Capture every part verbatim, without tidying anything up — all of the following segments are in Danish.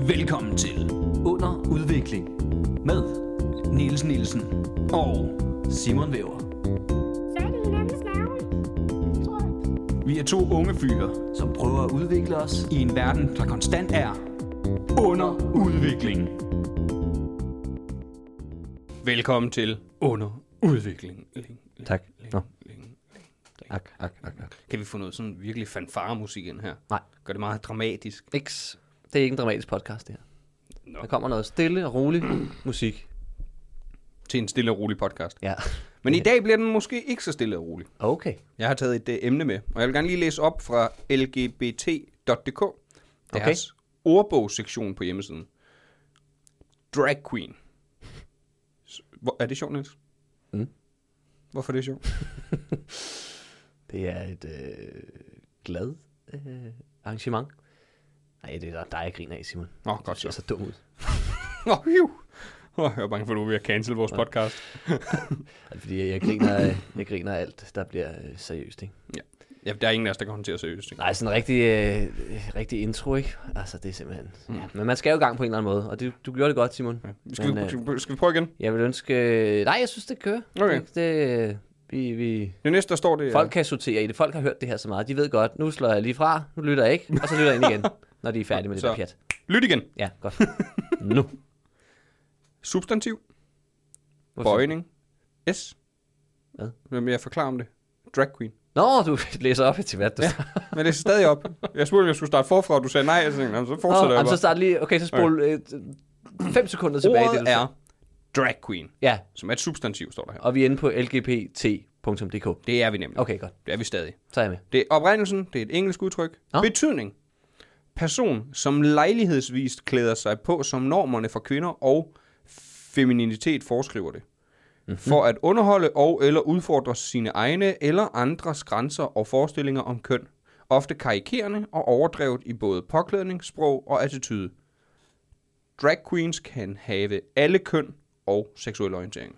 Velkommen til Under Udvikling med Niels Nielsen og Simon Væver. Så er det hinandens navn, tror jeg. Vi er to unge fyre, som prøver at udvikle os i en verden, der konstant er under udvikling. Velkommen til Under Udvikling. Tak. Nå. Ak, ak, ak, ak. Kan vi få noget sådan virkelig fanfare-musik ind her? Nej. Gør det meget dramatisk? X. Det er ikke en dramatisk podcast, det her. Nå. Der kommer noget stille og rolig musik. Til en stille og rolig podcast. Ja. Men i dag bliver den måske ikke så stille og rolig. Okay. Jeg har taget et uh, emne med, og jeg vil gerne lige læse op fra L G B T punktum d k. Deres okay. ordbogssektion på hjemmesiden. Drag queen. Hvor, er det sjovt, Niels? Mm. Hvorfor er det sjovt? Det er et øh, glad øh, arrangement. Nej, det er dig, jeg griner af, Simon. Nå, godt så. Det så. ser så dum ud. Nå, hiu. Jeg er bange for, at du er ved at cancel vores podcast. Fordi jeg griner, jeg griner af alt, der bliver øh, seriøst, ikke? Ja. Ja, der er ingen af os, der kan håndtere seriøst. Ikke? Nej, sådan en rigtig, øh, rigtig intro, ikke? Altså, det er simpelthen... Mm. Ja. Men man skal jo i gang på en eller anden måde, og det, du gjorde det godt, Simon. Ja. Skal, Men, vi, øh, skal vi prøve igen? Jeg vil ønske... Nej, jeg synes, det kører. Okay. Det, det, vi, vi... Det næste, der står det... Folk kan sortere i det. Folk har hørt det her så meget. De ved godt, nu slår jeg lige fra, nu lytter jeg ikke, og så lytter jeg ind igen, når de er færdige med det så. der pjat. Lyt igen. Ja, godt. Nu. Substantiv. Hvorfor? Bøjning. S. Hvad? Hvem jeg forklare om det? Drag queen. Nå, du læser op til hvad du ja, men det er stadig op. Jeg spurgte, om jeg skulle starte forfra, og du sagde nej, jeg tænkte, så fortsætter jeg bare. Så start lige, okay, så spol okay. Øh, fem sekunder tilbage. Ordet det, du er drag queen, ja. Som er et substantiv, står der her. Og vi er inde på L G B T punktum d k. Det er vi nemlig. Okay, godt. Det er vi stadig. Så er jeg med. Det er oprindelsen, det er et engelsk udtryk. Nå? Betydning. Person, som lejlighedsvist klæder sig på, som normerne for kvinder og femininitet foreskriver det. Mm-hmm. For at underholde og eller udfordre sine egne eller andres grænser og forestillinger om køn. Ofte karikerende og overdrevet i både påklædning, sprog og attitude. Drag queens kan have alle køn og seksuelle orienteringer.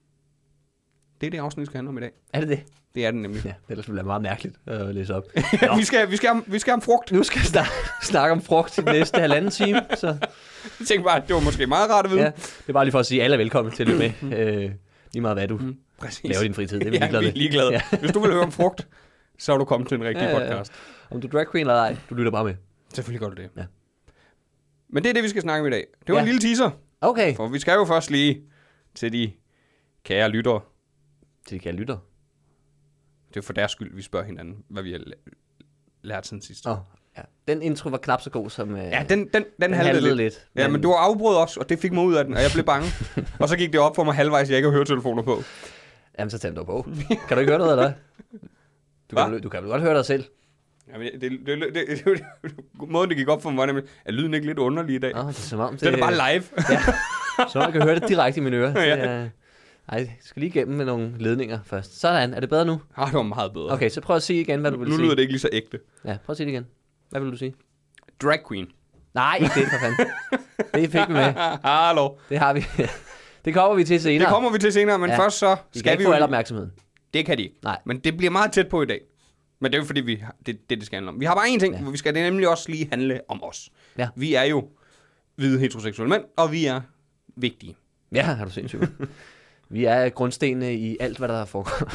Det er det afsnit, vi skal handle om i dag. Er det det? Det er det nemlig. Ja, det er meget mærkeligt at læse op. vi, skal, vi, skal have, vi skal have frugt. Nu skal jeg snakke om frugt i næste halvanden time. Så. Jeg tænkte bare, at det var måske meget rart at vide. Ja, det er bare lige for at sige, at alle er velkommen til at lytte med. øh, lige meget hvad du mm, laver i din fritid. Det er vi ligeglade ja, vi er ligeglade. Ja. Hvis du vil høre om frugt, så er du kommet til en rigtig ja, podcast. Ja. Om du drag queen eller ej, du lytter bare med. Selvfølgelig gør du det. Ja. Men det er det, vi skal snakke om i dag. Det var ja. en lille teaser. Okay. For vi skal jo først lige til de kære lyttere. Til de kære lyttere? Det er for deres skyld, vi spørger hinanden, hvad vi har lært siden sidst. Oh, ja. Den intro var knap så god som... Øh, ja, den, den, den, den halvede lidt. lidt. Ja, men, men du har afbrudt også, og det fik mig ud af den, og jeg blev bange. Og så gik det op for mig halvvejs, jeg ikke har høretelefoner på. Jamen, så tænd dig på. Kan du ikke høre noget, eller du kan, du kan vel godt høre dig selv. Jamen, det, det, det, det, det, det, det, måden det gik op for mig, var er lyden ikke lidt underlig i dag? Oh, det er som om det... Det er bare live. Ja, så man kan høre det direkte i mine ører. Ja. Det er, ej, jeg skal lige igennem med nogle ledninger først. Sådan, er det bedre nu? Ah, det var meget bedre. Okay, så prøv at sige igen, hvad du vil nu sige. Nu lyder det ikke lige så ægte. Ja, prøv at sige det igen. Hvad vil du sige? Drag queen. Nej, ikke det, for fanden. Det fik vi med. Hallo. Det har vi. Det kommer vi til senere. Det kommer vi til senere, men ja. først så vi skal vi ikke få al opmærksomheden. Det kan de ikke. Nej. Men det bliver meget tæt på i dag. Men det er jo fordi, vi det, det, det skal handle om. Vi har bare én ting, ja. hvor vi skal det nemlig også lige handle om os. Ja. Vi er jo hvide heteroseksuelle mænd, og vi er vigtige. Ja, har du sindssygt. Vi er grundstenene i alt, hvad der foregår.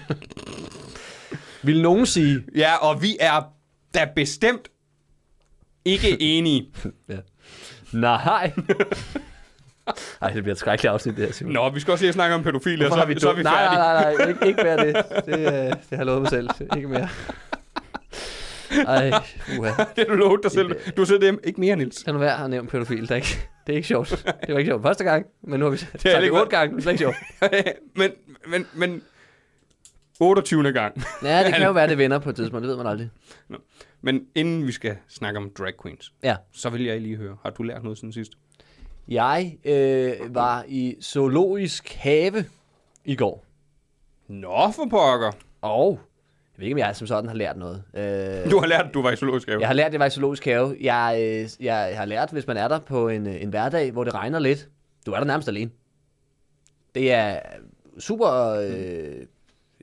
Vil nogen sige... Ja, og vi er da bestemt ikke enige. Ja. Nej. Ej, det bliver et skrækkeligt afsnit, det her, Simon. Nå, vi skal også lige snakke om pædofile, og så, har vi så er vi nej, færdige. Nej, nej, nej, ikke, ikke mere det. Det, det, det har jeg lovet mig selv. Ikke mere. Ej, uha. Det har du lovet dig selv. Du har siddet hjemme. Ikke mere, Niels. Kan du være at nævne pædofil? Det er ikke, det er ikke sjovt. Det var ikke sjovt første gang, men nu har vi sagt det, det otte gange. Det er ikke sjovt. men, men, men... otteogtyvende gang. Ja, det kan jo være, det vender på et tidspunkt. Det ved man aldrig. Nå. Men inden vi skal snakke om drag queens, ja. så vil jeg lige høre. Har du lært noget siden sidst? Jeg øh, var i zoologisk have i går. Nå, for pokker. Og jeg ved ikke, om jeg som sådan har lært noget. Øh, du har lært, at du var i zoologisk have? Jeg har lært, at jeg var i zoologisk have. Jeg, øh, jeg har lært, hvis man er der på en, en hverdag, hvor det regner lidt. Du er der nærmest alene. Det er super... Øh,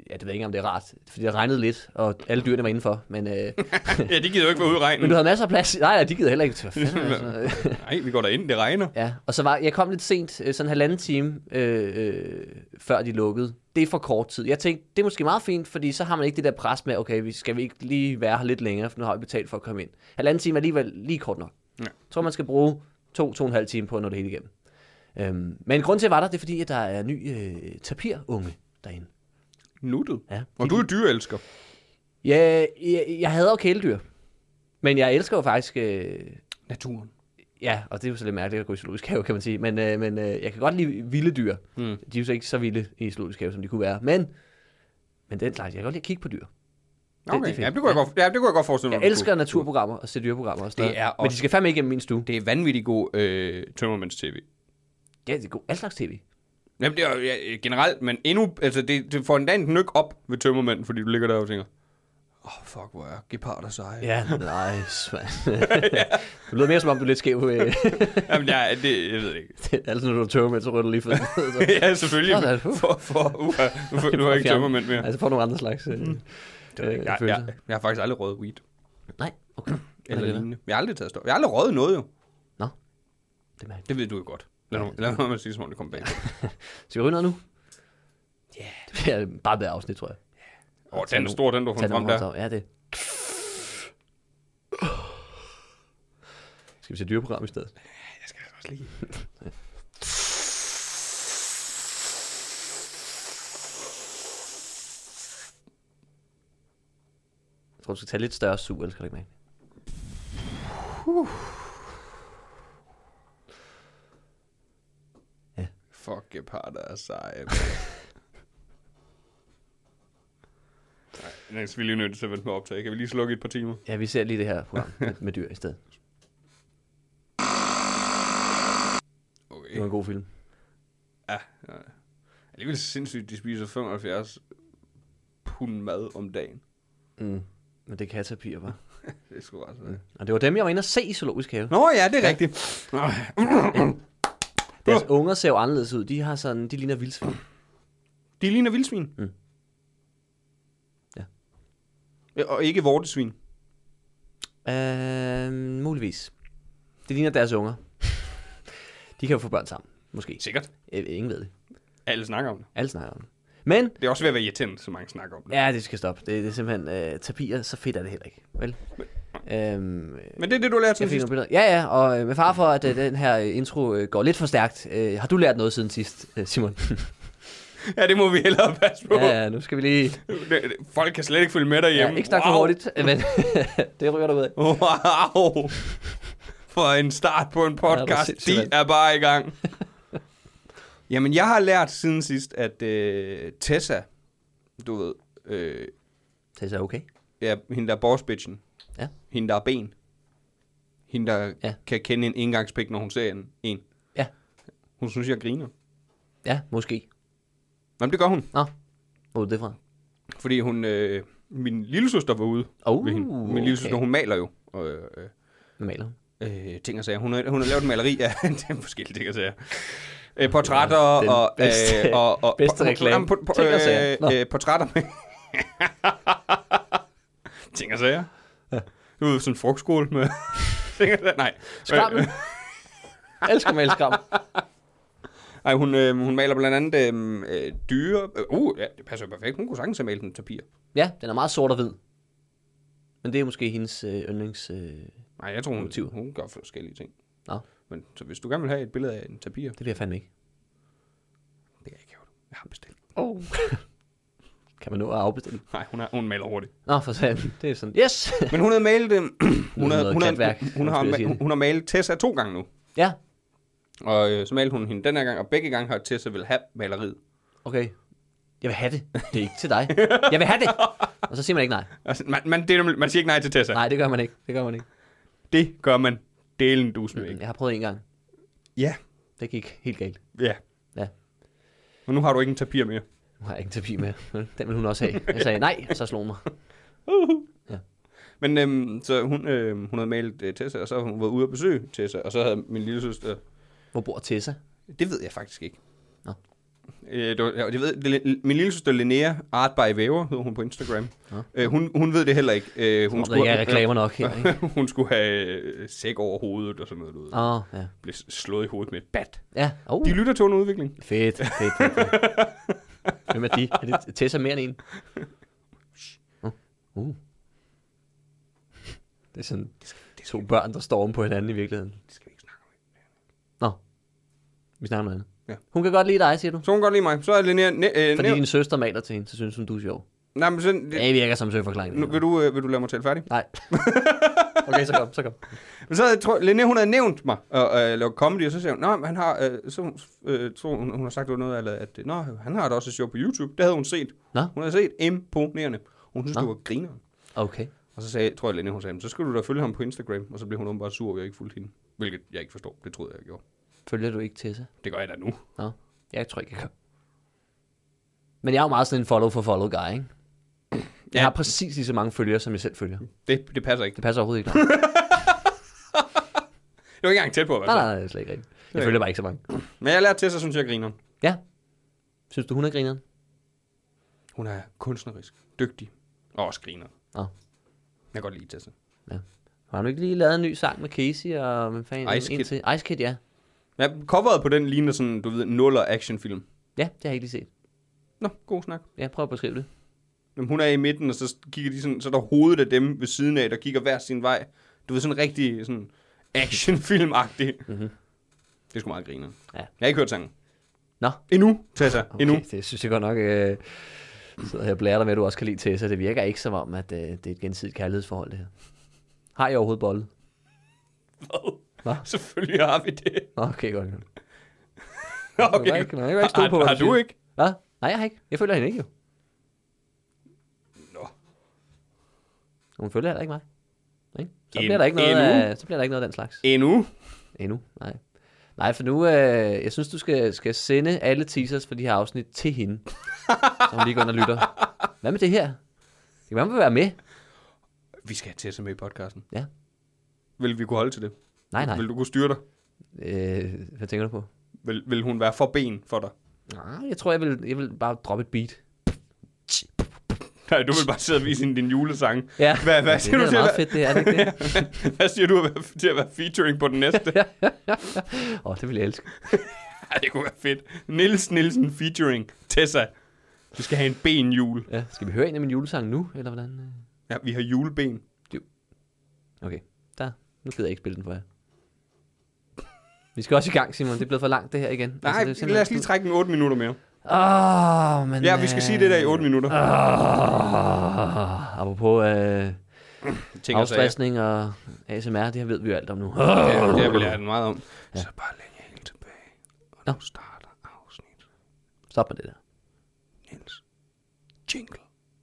ja, det ved jeg ikke, om det er rart, fordi det regnede lidt, og alle dyrene var indenfor, men... Øh, ja, de gider jo ikke være ude i regnen. men du havde masser af plads. Nej, nej, de gider heller ikke. Hvad fanden, altså. Nej, vi går derind, det regner. Ja, og så var, jeg kom lidt sent, sådan en halvanden time, øh, øh, før de lukkede. Det er for kort tid. Jeg tænkte, det er måske meget fint, fordi så har man ikke det der pres med, okay, vi skal vi ikke lige være her lidt længere, for nu har vi betalt for at komme ind. Halvanden time er alligevel lige kort nok. Ja. Jeg tror, man skal bruge to, to og en halv time på at nå det hele igennem. Øhm, men grund til, at jeg var der, det er fordi, at der er ny øh, tapirunge derinde. Nuttet? Ja. Og du er dyreelsker. Ja, jeg, jeg hader jo kæledyr. Men jeg elsker jo faktisk... Øh, naturen. Ja, og det er jo så lidt mærkeligt at gå i zoologisk have, kan man sige. Men, øh, men øh, jeg kan godt lide vilde dyr. Mm. De er jo så ikke så vilde i zoologisk have, som de kunne være. Men, men den slags, jeg kan godt lide at kigge på dyr. Okay, det, det ja, det kunne jeg, godt, ja, det kunne jeg godt forestille mig. Jeg elsker naturprogrammer og se dyreprogrammer og sådan det er noget. også, Men de skal fandme ikke igennem min stue. Det er vanvittigt god øh, tømmermænds-tv. Ja, det er god. Al slags tv. Jamen, det er jo ja, generelt, men endnu... Altså, det, det får en dag en nyk op ved tømmermænd, fordi du ligger der og tænker... Åh, oh, fuck, hvor er geparder seje. Ja, nice, man. Du lyder mere som om, du er lidt skæv. Øh. Jamen, ja, det, jeg ved det ikke. Altså, når du er tømmermænd, så rører du lige for den. Ja, selvfølgelig. Nå, for, for, for, uh, nu, nu har jeg ikke tømmermænd mere. Altså, får nogle andre slags øh, mm. det øh, jeg, jeg, jeg har faktisk aldrig røget weed. Nej, okay. Eller lignende. Jeg har aldrig taget stå. Jeg har aldrig røget noget, jo. Nå, det er mærkeligt. Det ved du jo godt. Lad nu, lad nu man sige, som om det kommer bag. Skal vi ryge noget nu? Ja. Yeah. Det bliver bare bedre afsnit, tror jeg. Åh, oh, den er stor, den du har fundet frem der. Ja, det. Skal vi se dyreprogram i stedet? Ja, jeg skal også lige. Jeg tror, du skal tage lidt større sug, ellers kan du ikke mærke. Uh. Ja. Fuck, geparder er seje. Nej, vi er lige nødt til at vente med optag. Kan vi lige slukke et par timer? Ja, vi ser lige det her program med, med dyr i stedet. Okay. Det var en god film. Ja, ja. Alligevel sindssygt, de spiser femoghalvfjerds pund mad om dagen. Mm. Men det kan tapir, hva'? Det er sgu ret sådan. Mm. Og det var dem, jeg var inde og se i zoologisk have. Nå ja, det er ja. rigtigt. Deres unger ser jo anderledes ud. De har sådan, de ligner vildsvin. De ligner vildsvin? Mm. Ja. Og ikke vortesvin? Øh, muligvis. Det ligner deres unger. De kan jo få børn sammen, måske. Sikkert. Øh, ingen ved det. Alle snakker om det. Alle snakker om det. Men... Det er også ved at være irriterende, så mange snakker om det. Ja, det skal stoppe. Det, det er simpelthen... Øh, tapir, så fedt er det heller ikke. Vel? Men, øhm, men det er det, du har lært siden sidst? Ja, ja. Og med far for, at øh, den her intro øh, går lidt for stærkt. Øh, har du lært noget siden sidst, øh, Simon? Ja, det må vi hellere passe på. Ja, ja, nu skal vi lige... Folk kan slet ikke følge med derhjemme. Ja, ikke snakke wow. for hurtigt, men det ryger du ud af. Wow! For en start på en podcast, ja, de er bare i gang. Jamen, jeg har lært siden sidst, at øh, Tessa, du ved... Øh, Tessa er okay? Ja, hende der er bossbitchen. Ja. Hende der er ben. Hende der ja. kan kende en engangspik, når hun ser en. en. Ja. Hun synes, jeg griner. Ja, måske. Jamen, det gør hun. Nå, hvor er det fra? Fordi hun... Øh, min lillesøster var ude oh, ved hende. Min okay. lillesøster, hun maler jo. Og, øh, Hvad maler hun? Øh, ting og sager. Hun har, hun har lavet en maleri af... det er forskellige ting og sager. Øh, portrætter ja, og, bedste, øh, og... og bedste reklame. Po, po, ting og sager. Øh, portrætter med... ting og sager. Ja. Du ved, sådan en frugtskål med... ting og sager. Nej. Skrammen. Jeg elsker at male skram. Ej, hun, øh, hun maler blandt andet øh, dyre... Uh, ja, det passer jo perfekt. Hun kunne sagtens have malet en tapir. Ja, den er meget sort og hvid. Men det er måske hendes øh, yndlings... Øh, Nej, jeg tror, hun, motiv. Hun gør forskellige ting. Nå. Men så hvis du gerne vil have et billede af en tapir... Det vil jeg fandme ikke. Det kan jeg ikke have. Jeg har bestilt. Oh. Kan man nå at afbestille? Nej, hun, er, hun maler hurtigt. Nå, for satan. Det er sådan, yes! Men hun har malet... Øh, hun, har, hun, har, hun, hun, har, hun, hun har malet Tessa to gange nu. Ja. Og øh, så malede hun hende den her gang, og begge gange har Tessa vil have maleriet. Okay. Jeg vil have det. Det er ikke til dig. Jeg vil have det! Og så siger man ikke nej. Altså, man, man, det, man siger ikke nej til Tessa. Nej, det gør man ikke. Det gør man ikke. Det gør man. Delen dus med ikke. Jeg har prøvet en gang. Ja. Det gik helt galt. Ja. Ja. Og nu har du ikke en tapir mere. Nu har jeg ikke en tapir mere. Den vil hun også have. Jeg sagde nej, og så slog hun mig. Ja. Men øhm, så hun, øhm, hun havde malet øh, Tessa, og så havde hun været ude at besøge Tessa, og så havde min lille søster... Hvor bor Tessa? Det ved jeg faktisk ikke. Nå. Øh, det var, jeg ved, det, min lille søster Linnea, Art by Væver, hedder hun på Instagram. Ja. Øh, hun, hun ved det heller ikke. Øh, hun skulle, der ikke er reklamer nok her, ikke? Hun skulle have øh, sæk over hovedet og sådan noget. Åh, oh, ja. Blev slået i hovedet med et bat. Ja. Oh. De lytter til under udvikling. Fedt, fedt, fedt. fedt. Hvem er de? Er det Tessa mere end en? Uh. Uh. Det er sådan to børn, der står om på hinanden i virkeligheden. Det skal vi ikke snakke om. Nå, vi snakker om noget andet. Ja. Hun kan godt lide dig, siger du? Så hun kan godt lide mig. Så er Linnea... Ne- øh, Fordi næv- din søster maler til hende, så synes hun, du er sjov. Nej, men sådan... Det, Ja, virker som søforklaring. nu, vil, du, øh, vil du lade mig tale færdig? Nej. Okay, så kom, så kom. Men så jeg tror Linnea, hun havde nævnt mig og øh, lavet comedy, og så siger hun, nej, han har... Øh, så øh, tror hun, hun har sagt noget af, at øh, nå, han har da også et show på YouTube. Det havde hun set. Nå. Hun havde set imponerende. Hun synes, Nå. det var grineren. Okay. Og så sagde, tror jeg, Linnea, hun sagde, så skal du da følge ham på Instagram. Og så blev hun åbenbart sur, at jeg ikke fulgte hende. Hvilket jeg ikke forstår. Det troede jeg, jeg gjorde. Følger du ikke Tessa? Det gør jeg da nu. Nå, jeg tror ikke, jeg kan. Men jeg er jo meget sådan en follow for follow guy, ikke? Jeg Ja. har præcis lige så mange følgere, som jeg selv følger. Det, det passer ikke. Det passer overhovedet ikke. Nej, Jeg var ikke engang tæt på, hvad nej, nej, det er slet ikke rigtigt. Jeg følger bare ikke så mange. Men jeg lærte til, så synes jeg, griner. Ja. Synes du, hun er grineren? Hun er kunstnerisk, dygtig og også griner. Nå. Jeg kan godt lide Tessa. Ja. Har du ikke lige lavet en ny sang med Casey og hvad fanden? Ice Kid. En til? Ice Kid, ja. Ja, coveret på den ligner sådan, du ved, nuller actionfilm. Ja, det har jeg ikke lige set. Nå, god snak. Ja, prøv at beskrive det. Jamen, hun er i midten, og så kigger de sådan, så er der hovedet af dem ved siden af, der kigger hver sin vej. Du ved, sådan rigtig sådan actionfilm-agtig. Mm-hmm. Det er sgu meget griner. Ja. Jeg har ikke hørt sangen. Nå. Endnu, Tessa. Okay, Endnu. det synes jeg godt nok... Øh, så jeg blærer dig med, at du også kan lide Tessa. Det virker ikke som om, at øh, det er et gensidigt kærlighedsforhold, det her. Har I overhovedet bollet? Hvad? Hvad? Selvfølgelig har vi det. Okay, godt. Okay. Jeg kan ikke, ikke stå på, har, hvad har du du siger. ikke? Hvad? Nej, jeg har ikke. Jeg følger hende ikke, jo. Nå. Hun følger heller ikke mig. Ikke? Så, En- bliver der ikke noget endnu? af, så bliver der ikke noget af den slags. Endnu? Endnu, nej. Nej, for nu, øh, jeg synes, du skal, skal sende alle teasers for de her afsnit til hende. Så hun lige går ind og lytter. Hvad med det her? Det kan være, hun vil være med. Vi skal have Tessa med i podcasten. Ja. Vil vi kunne holde til det? Nej, nej. Vil du kunne styre dig? Øh, hvad tænker du på? Vil, vil hun være for ben for dig? Nej, jeg tror, jeg vil, jeg vil bare droppe et beat. Nej, du vil bare sidde og vise hende din julesang. Ja, Hvad, hvad det, siger det du er til meget at- fedt, det er det ikke det? Hvad siger du at være- til at være featuring på den næste? Åh, oh, det vil jeg elske. Ja, det kunne være fedt. Niels Nielsen featuring Tessa. Vi skal have en benjul. Ja, skal vi høre en af mine julesang nu, eller hvordan? Ja, vi har juleben. Okay, der. Nu gider jeg ikke spille den for jer. Vi skal også i gang, Simon. Det er blevet for langt, det her igen. Nej, det er lad simpelthen- os lige trække den otte minutter mere. Åh, men... Ja, vi skal sige det der i otte minutter. Åh, apropos øh, Ting og sager. afstressning og A S M R, det her ved vi jo alt om nu. Ja, det vil jeg have den meget om. Ja. Så bare læn jer helt tilbage. Og Nå. nu starter afsnit. Stop med det der. Niels. Jingle.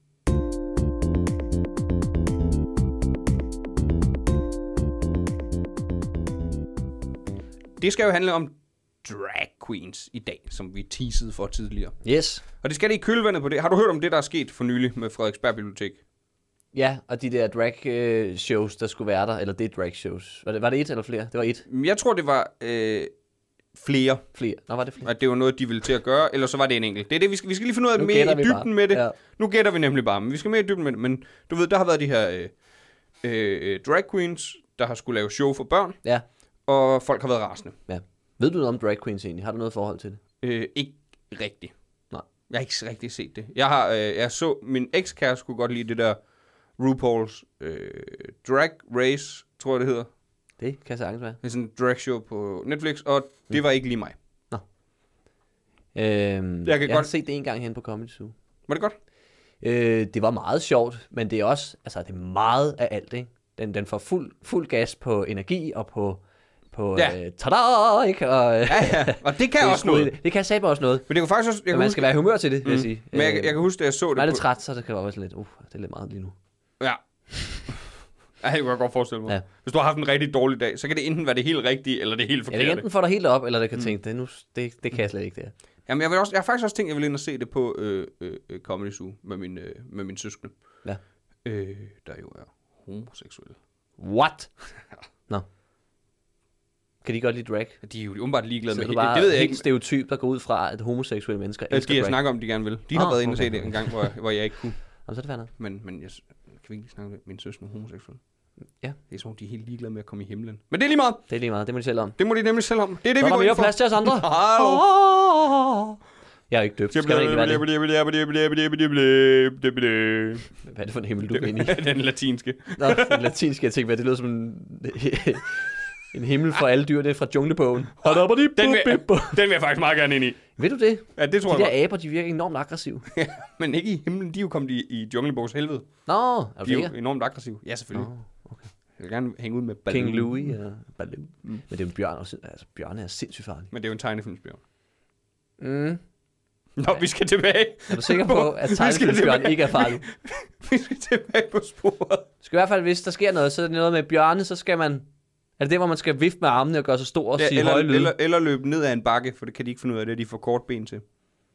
Det skal jo handle om drag queens i dag, som vi teasede for tidligere. Yes. Og det skal det i kølvandet på det. Har du hørt om det, der er sket for nylig med Frederiksberg Bibliotek? Ja, og de der drag øh, shows, der skulle være der, eller det drag shows. Var det, var det et eller flere? Det var et. Jeg tror, det var øh, flere. Flere. Nå, var det flere? At det var noget, de ville til at gøre, eller så var det en enkelt. Det er det, vi skal, vi skal lige finde ud af Nu mere gætter i vi dybden bare. med det. Ja. Nu gætter vi nemlig bare, men vi skal mere i dybden med det. Men du ved, der har været de her øh, øh, drag queens, der har skulle lave show for børn, Ja. og folk har været rasende. Ja. Ved du noget om drag queens egentlig? Har du noget forhold til det? Øh, ikke rigtigt. Nej. Jeg har ikke rigtig set det. Jeg har, øh, jeg så, min ekskæreste kunne godt lide det der RuPaul's øh, Drag Race, tror jeg det hedder. Det kan sagtens være. Det er sådan en drag show på Netflix, og det var ikke lige mig. Øhm, jeg, kan jeg har godt- set det en gang hen på Comedy Zoo. Var det godt? Øh, det var meget sjovt, men det er også, altså det er meget af alt, ikke? Den, den får fuld, fuld gas på energi og på, på Ja. øh, tada, ikke? Og, øh, Ja, ja. Og det kan det, også noget. Det, det kan satme også noget. Men det kan faktisk også... Jeg Men kan man huske, skal være i humør til det, vil jeg mm, sige. men jeg, jeg kan huske, at jeg så Når det jeg er på... lidt træt, så det kan være også lidt, uh, det er lidt meget lige nu. Ja. Ja, det kunne jeg godt forestille mig. Ja. Hvis du har haft en rigtig dårlig dag, så kan det enten være det helt rigtige, eller det helt Ja, forkerte. det kan enten få dig helt op, eller det kan tænke, det, nu, det, det kan jeg slet ikke, det her. Jamen, jeg, vil også, jeg har faktisk også tænkt, at jeg vil ind og se det på øh, øh, øh, Comedy Zoo med min, øh, med min søskende. Ja. Øh, der jo er homoseksuel. What? Nå. Kan de godt lide drag? De er jo åbenbart ligeglade Så med det. det. Så Det ved jeg helt ikke. stereotyp, der går ud fra, at homoseksuelle mennesker Det elsker de har drag. snakket om, de gerne vil. De har Ah, været inde og okay. se det en gang, hvor, hvor jeg ikke kunne. Jamen, så er det fair nok. Men, men jeg, kan vi ikke lige snakke om det? Min søster er homoseksuel. Ja. Det er som om, de er helt ligeglade med at komme i himlen. Men det er lige meget. Det er lige meget, det må de selv om. Det må de nemlig selv om. Det er det, Så vi er der går mere ind for. plads til os andre. Hallo. Oh! Jeg er jo ikke døbt. Skal man ikke være det? Hvad er det for en himmel, du er inde i? Den latinske. Nå, den latinske, jeg tænkte, hvad det lyder som en, en himmel for alle dyrene fra junglebogen. Den vil, den vil jeg faktisk meget gerne ind i. Ved du det? Ja, det tror De jeg der aber, de virker enormt aggressive. godt. Men ikke i himlen. De er jo kommet i, i Junglebogs helvede. Nå, er du De er sikker? jo enormt aggressive. Ja, selvfølgelig. Nå, okay. Jeg vil gerne hænge ud med Baloo. King Louis og Baloo. Mm. Men det er jo en bjørn også. Altså, bjørne er sindssygt farlige. Men det er jo en tegnefilmsbjørn. Mm. Nå, vi skal tilbage. Er du sikker på, at Vi skal tegnefilmsbjørn tilbage. ikke er farlig? Vi skal tilbage på sporet. Så i hvert fald, hvis der sker noget, så er det noget med bjørne, så skal man... Er det det, hvor man skal vifte med armene og gøre sig stor og Ja, sige eller, høje lyde? eller, eller løbe ned ad en bakke, for det kan de ikke finde ud af, det er de får kort ben til.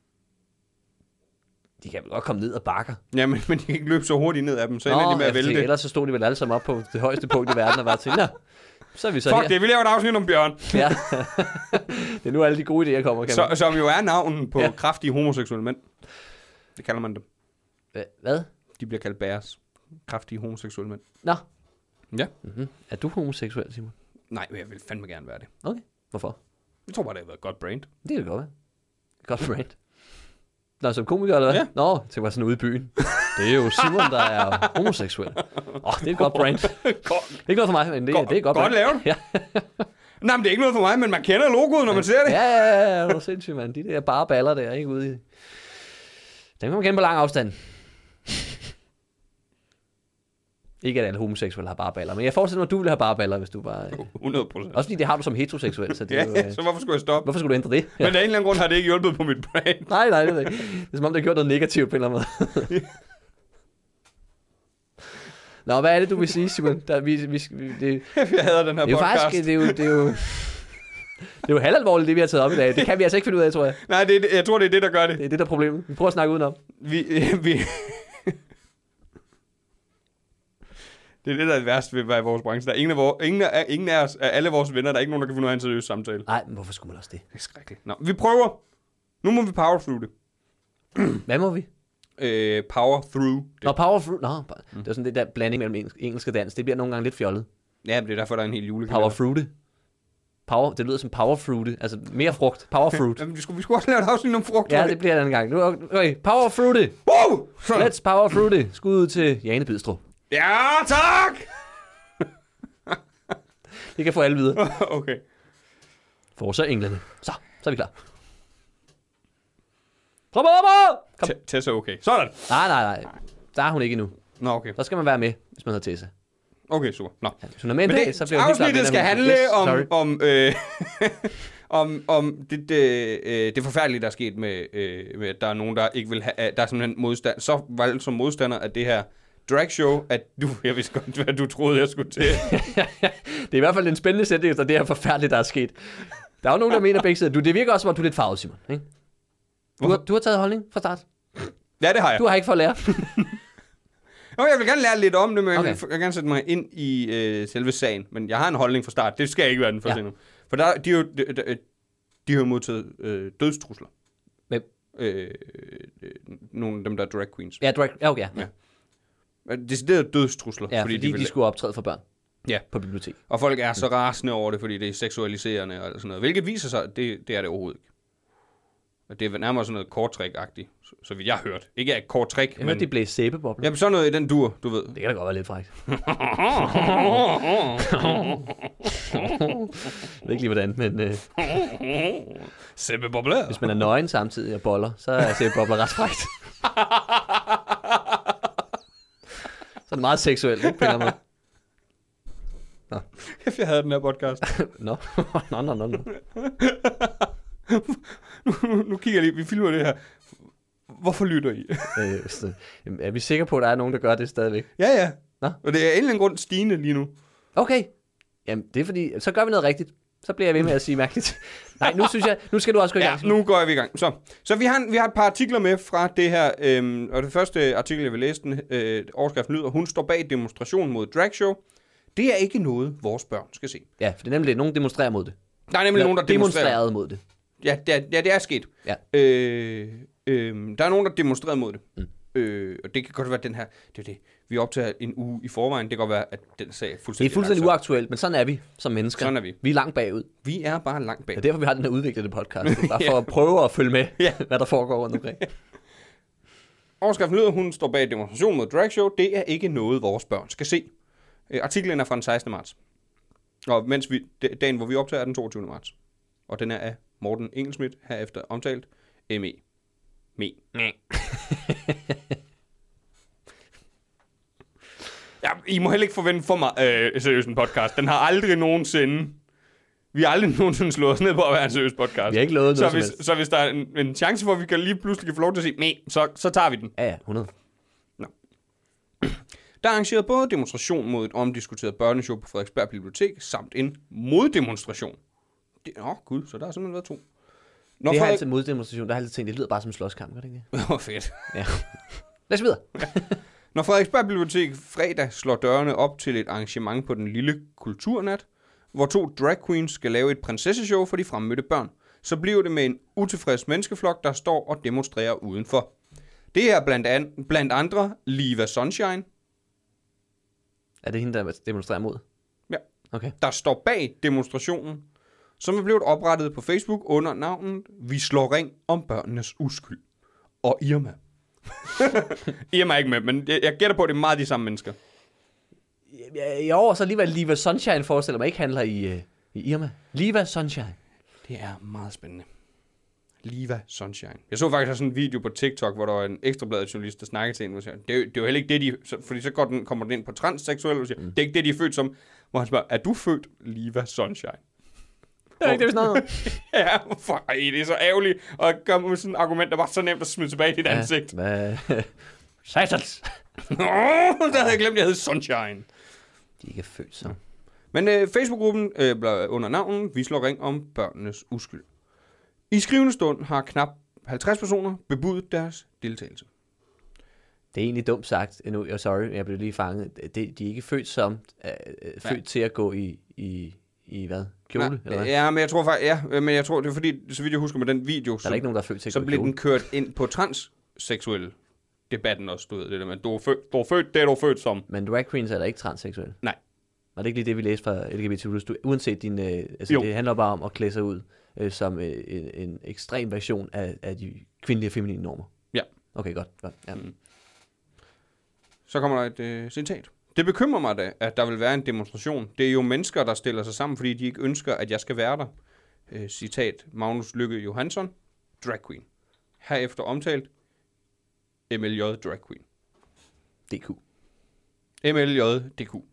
De kan vel godt komme ned og bakker. Ja, men, men de kan ikke løbe så hurtigt ned ad dem, så Nå, ender de med at jeg tænker, vælte. ellers så stod de vel alle sammen op på det højeste punkt i verden og var til, nå, så er vi så Fuck her. det, vi laver et afsnit om bjørn. Ja. Det er nu alle de gode idéer kommer, kan Så, man. som jo er navnen på Ja. ja. kraftige homoseksuelle mænd. Det kalder man dem. Hva- Hvad? De bliver kaldt bæres. Kraftige homoseksuelle mænd. Nå. Ja. Mm-hmm. Er du homoseksuel, Simon? Nej, men jeg vil fandme gerne være det. Okay. Hvorfor? Jeg tror bare, det har været et godt brand. Det kan det godt være. Godt brand. Nå, som komiker, eller hvad? Ja. Nå, tænk mig sådan ude i byen. Det er jo Simon, der er homoseksuel. Åh, oh, det er et godt brand. Det Godt, er ikke noget for mig, men det, godt, det er et godt, godt brand. lavet. Ja. Nej, men det er ikke noget for mig, men man kender logoet, når man ser det. Ja, ja, ja, det er sindssygt, mand. De der bare baller der, ikke ude i... Dem kan man kende på lang afstand. Ikke at alle homoseksuelle har bare baller, men jeg forestiller mig, at du ville have bare baller, hvis du var... øh, hundrede procent. Også fordi det har du som heteroseksuel, så det er jo... Ja, øh, så hvorfor skulle jeg stoppe? Hvorfor skulle du ændre det? Men af en eller anden grund har det ikke hjulpet på mit brand. Nej, nej, det er ikke. Det er som om, det har gjort noget negativt på en eller anden måde. Nå, hvad er det, du vil sige, Simon? Der, vi, vi, vi, det, Jeg hader den her det er jo podcast. faktisk... Det er jo, det er jo, det er jo halvalvorligt, det vi har taget op i dag. Det kan vi altså ikke finde ud af, tror jeg. Nej, det er, det- jeg tror, det er det, der gør det. Det er det, der er problemet. Vi prøver at snakke udenom. Vi, vi... Det er det, der er det værste ved at være i vores branche. Der er ingen af, vores, ingen af, ingen af os, af alle vores venner, der er ikke nogen, der kan finde ud af en seriøs samtale. Nej, men hvorfor skulle man også det? Det er skrækkeligt. Nå, vi prøver. Nu må vi power through det. Hvad må vi? Øh, power through det. Nå, power through. Nå, det er sådan det der blanding mellem engelsk, engelsk og dansk. Det bliver nogle gange lidt fjollet. Ja, men det er derfor, der er en hel julekalender. Power fruite. Power, det lyder som power fruite. Altså mere frugt. Power fruit. Jamen, vi skulle, vi skulle også lave et afsnit om frugt. Ja, det bliver den gang. Nu, okay, power fruite. Wow! Sådan. Let's power fruite. Skud ud til Jane Bidstrup. Ja, tak! Det kan få alle videre. Okay. Forza englene. Så, så er vi klar. Kom op! Kom. T- Tessa okay. Sådan. Nej, nej, nej. Der er hun ikke endnu. Nå, okay. Der skal man være med, hvis man hedder Tessa. Okay, super. Nå. Ja, hvis hun er med en Men dag, det, så bliver hun helt klart afsnittet skal vinder. handle Yes, om, sorry. om, øh, om, om det, det, øh, det forfærdelige, der er sket med, øh, med, at der er nogen, der ikke vil have, der er simpelthen modstand, så voldsom modstander af det her dragshow, at du, jeg vidste godt, hvad du troede, jeg skulle til. Det er i hvert fald en spændende sætning, efter det her forfærdelige, der er sket. Der er jo nogen, der mener begge sider. Du, det virker også, som om du er lidt farvet, Simon. Ikke? Du, har, du har taget holdning fra start. Ja, det har jeg. Du har ikke fået lære. Jo, jeg vil gerne lære lidt om det, men okay. Okay. jeg, vil, jeg vil gerne sætte mig ind i øh, selve sagen. Men jeg har en holdning fra start. Det skal ikke være den første Ja. endnu. For der, de, er jo, de, de, de har jo modtaget øh, dødstrusler. Hvem? Øh, øh, nogle af dem, der er drag queens. Ja, drag. Ja, okay. Ja, Ja. Decideret dødstrusler. ja fordi, fordi de, vil, de skulle optræde for børn. Ja. På bibliotek. Og folk er så rasende over det, fordi det er seksualiserende og sådan noget. Hvilket viser sig, at det, det er det overhovedet ikke. Og det er nærmere sådan noget korttrik-agtigt, så, så vidt jeg har hørt. Ikke et kort trick, Jeg men... hørte, de blev sæbebobler. Jamen sådan noget i den dur, du ved. Det kan da godt være lidt frækt. Jeg ved ikke lige, hvordan, men øh, Sæbebobler. hvis man er nøgen samtidig og boller, så er sæbebobler ret frækt. Så er det meget seksuelt, ikke? På en eller anden måde. Kæft, jeg havde den her podcast. Nå, nå, nå, nå, nå. nu, nu kigger jeg lige, vi filmer det her. Hvorfor lytter I? Øh, så, jamen, er vi sikre på, at der er nogen, der gør det stadigvæk? ja, ja. Nå. Og det er en eller anden grund stigende lige nu. Okay. Jamen, det er fordi, så gør vi noget rigtigt. Så bliver jeg ved med at sige mærkeligt. Nej, nu synes jeg, nu skal du også gå i Ja, gang. nu går vi i gang. Så, så vi, har, vi har et par artikler med fra det her, øhm, og det første artikel, jeg vil læse, den, øh, overskriften lyder, hun står bag demonstration mod dragshow. Det er ikke noget, vores børn skal se. Ja, for det er nemlig det. Nogen demonstrerer mod det. Der er nemlig Eller nogen, der demonstrerer. demonstrerede mod det. Ja, det er, ja, det er sket. Ja. Øh, øh, der er nogen, der demonstrerer mod det. Mm. Øh, og det kan godt være den her, det er det, vi optager en uge i forvejen, det kan godt være, at den sag er Det fuldstændig er fuldstændig lagt uaktuelt, men sådan er vi som mennesker. Sådan er vi. Vi er langt bagud. Vi er bare langt bag. Det er derfor, vi har den her udviklede podcast. Det er bare Ja. for at prøve at følge med, Ja. hvad der foregår rundt omkring. Overskriften lyder, hun står bag demonstration mod dragshow. Det er ikke noget, vores børn skal se. Øh, artiklen er fra den sekstende marts. Og mens vi, dagen, hvor vi optager, er den toogtyvende marts. Og den er af Morten Engelsmidt, herefter omtalt M E. Me. Ja, I må heller ikke forvente for mig øh, seriøst en podcast. Den har aldrig nogensinde... Vi har aldrig nogensinde slået os ned på at være en seriøs podcast. Vi har ikke lovet så noget hvis, som helst. så hvis der er en, en chance for, at vi kan lige pludselig kan få lov til at sige, nej, så, så tager vi den. Ja, ja, hundrede. Der er arrangeret både demonstration mod et omdiskuteret børneshow på Frederiksberg Bibliotek, samt en moddemonstration. Det, åh, gud, så der har simpelthen været to. Når Det har Frederik... altid moddemonstration. Der har altid tænkt, det lyder bare som en slåskamp, gør det ikke? Hvor fedt. Ja. Lad os videre. Når Frederiksberg Bibliotek fredag slår dørene op til et arrangement på den lille kulturnat, hvor to drag queens skal lave et prinsesseshow for de fremmødte børn, så bliver det med en utilfreds menneskeflok, der står og demonstrerer udenfor. Det er blandt, an, blandt andre Liva Sunshine, Er det hende, der demonstrerer mod? Ja. Okay. der står bag demonstrationen, som er blevet oprettet på Facebook under navnet Vi slår ring om børnenes uskyld. Og Irma. Irma er ikke med, men jeg, jeg gætter på, at det er meget de samme mennesker. Ja, i år så alligevel Liva Sunshine forestiller mig ikke handler i, uh, i Irma. Liva Sunshine. Det er meget spændende. Liva Sunshine. Jeg så faktisk også sådan en video på TikTok, hvor der var en ekstrabladet journalist, der snakkede til en, og siger, det er, jo, det er jo heller ikke det, de... Så, fordi så går den, kommer den ind på transseksuelle, og siger, mm. det er ikke det, de er født som. Hvor han spørger, er du født Liva Sunshine? Det er ikke det, vi snakker om. Ja, for, ej, det er så ærgerligt. Og komme med sådan et argument, der var så nemt at smide tilbage i dit ansigt. Hvad? Satans. Åh, der havde jeg glemt, at jeg hed Sunshine. De er ikke født så. Men øh, Facebook-gruppen øh, blev under navnen Vi slår ring om børnenes uskyld. I skrivende stund har knap halvtreds personer bebudet deres deltagelse. Det er egentlig dumt sagt. Nu, jeg sorry, jeg blev lige fanget. De, de er ikke født som øh, født ja. til at gå i, i, i hvad? Kjole? Nej, eller hvad? ja, men jeg tror faktisk, ja, men jeg tror, det er fordi, så vidt jeg husker med den video, Der er så, der ikke nogen, der er født til at så gå i blev kjole. den kørt ind på transseksuelle debatten også, du ved det der med, du er født, du er født det er du født som. Men drag queens er da ikke transseksuelle? Nej. Var det ikke lige det, vi læste fra L G B T plus? Du, uanset din... Øh, altså, Jo. det handler bare om at klæde sig ud øh, som øh, en, en ekstrem version af, af de kvindelige og feminine normer. Ja. Okay, godt. godt ja. Mm. Så kommer der et øh, citat. Det bekymrer mig da, at der vil være en demonstration. Det er jo mennesker, der stiller sig sammen, fordi de ikke ønsker, at jeg skal være der. Øh, citat Magnus Lykke Johansson, drag queen. Herefter omtalt M L J drag queen. D Q. M L J D Q.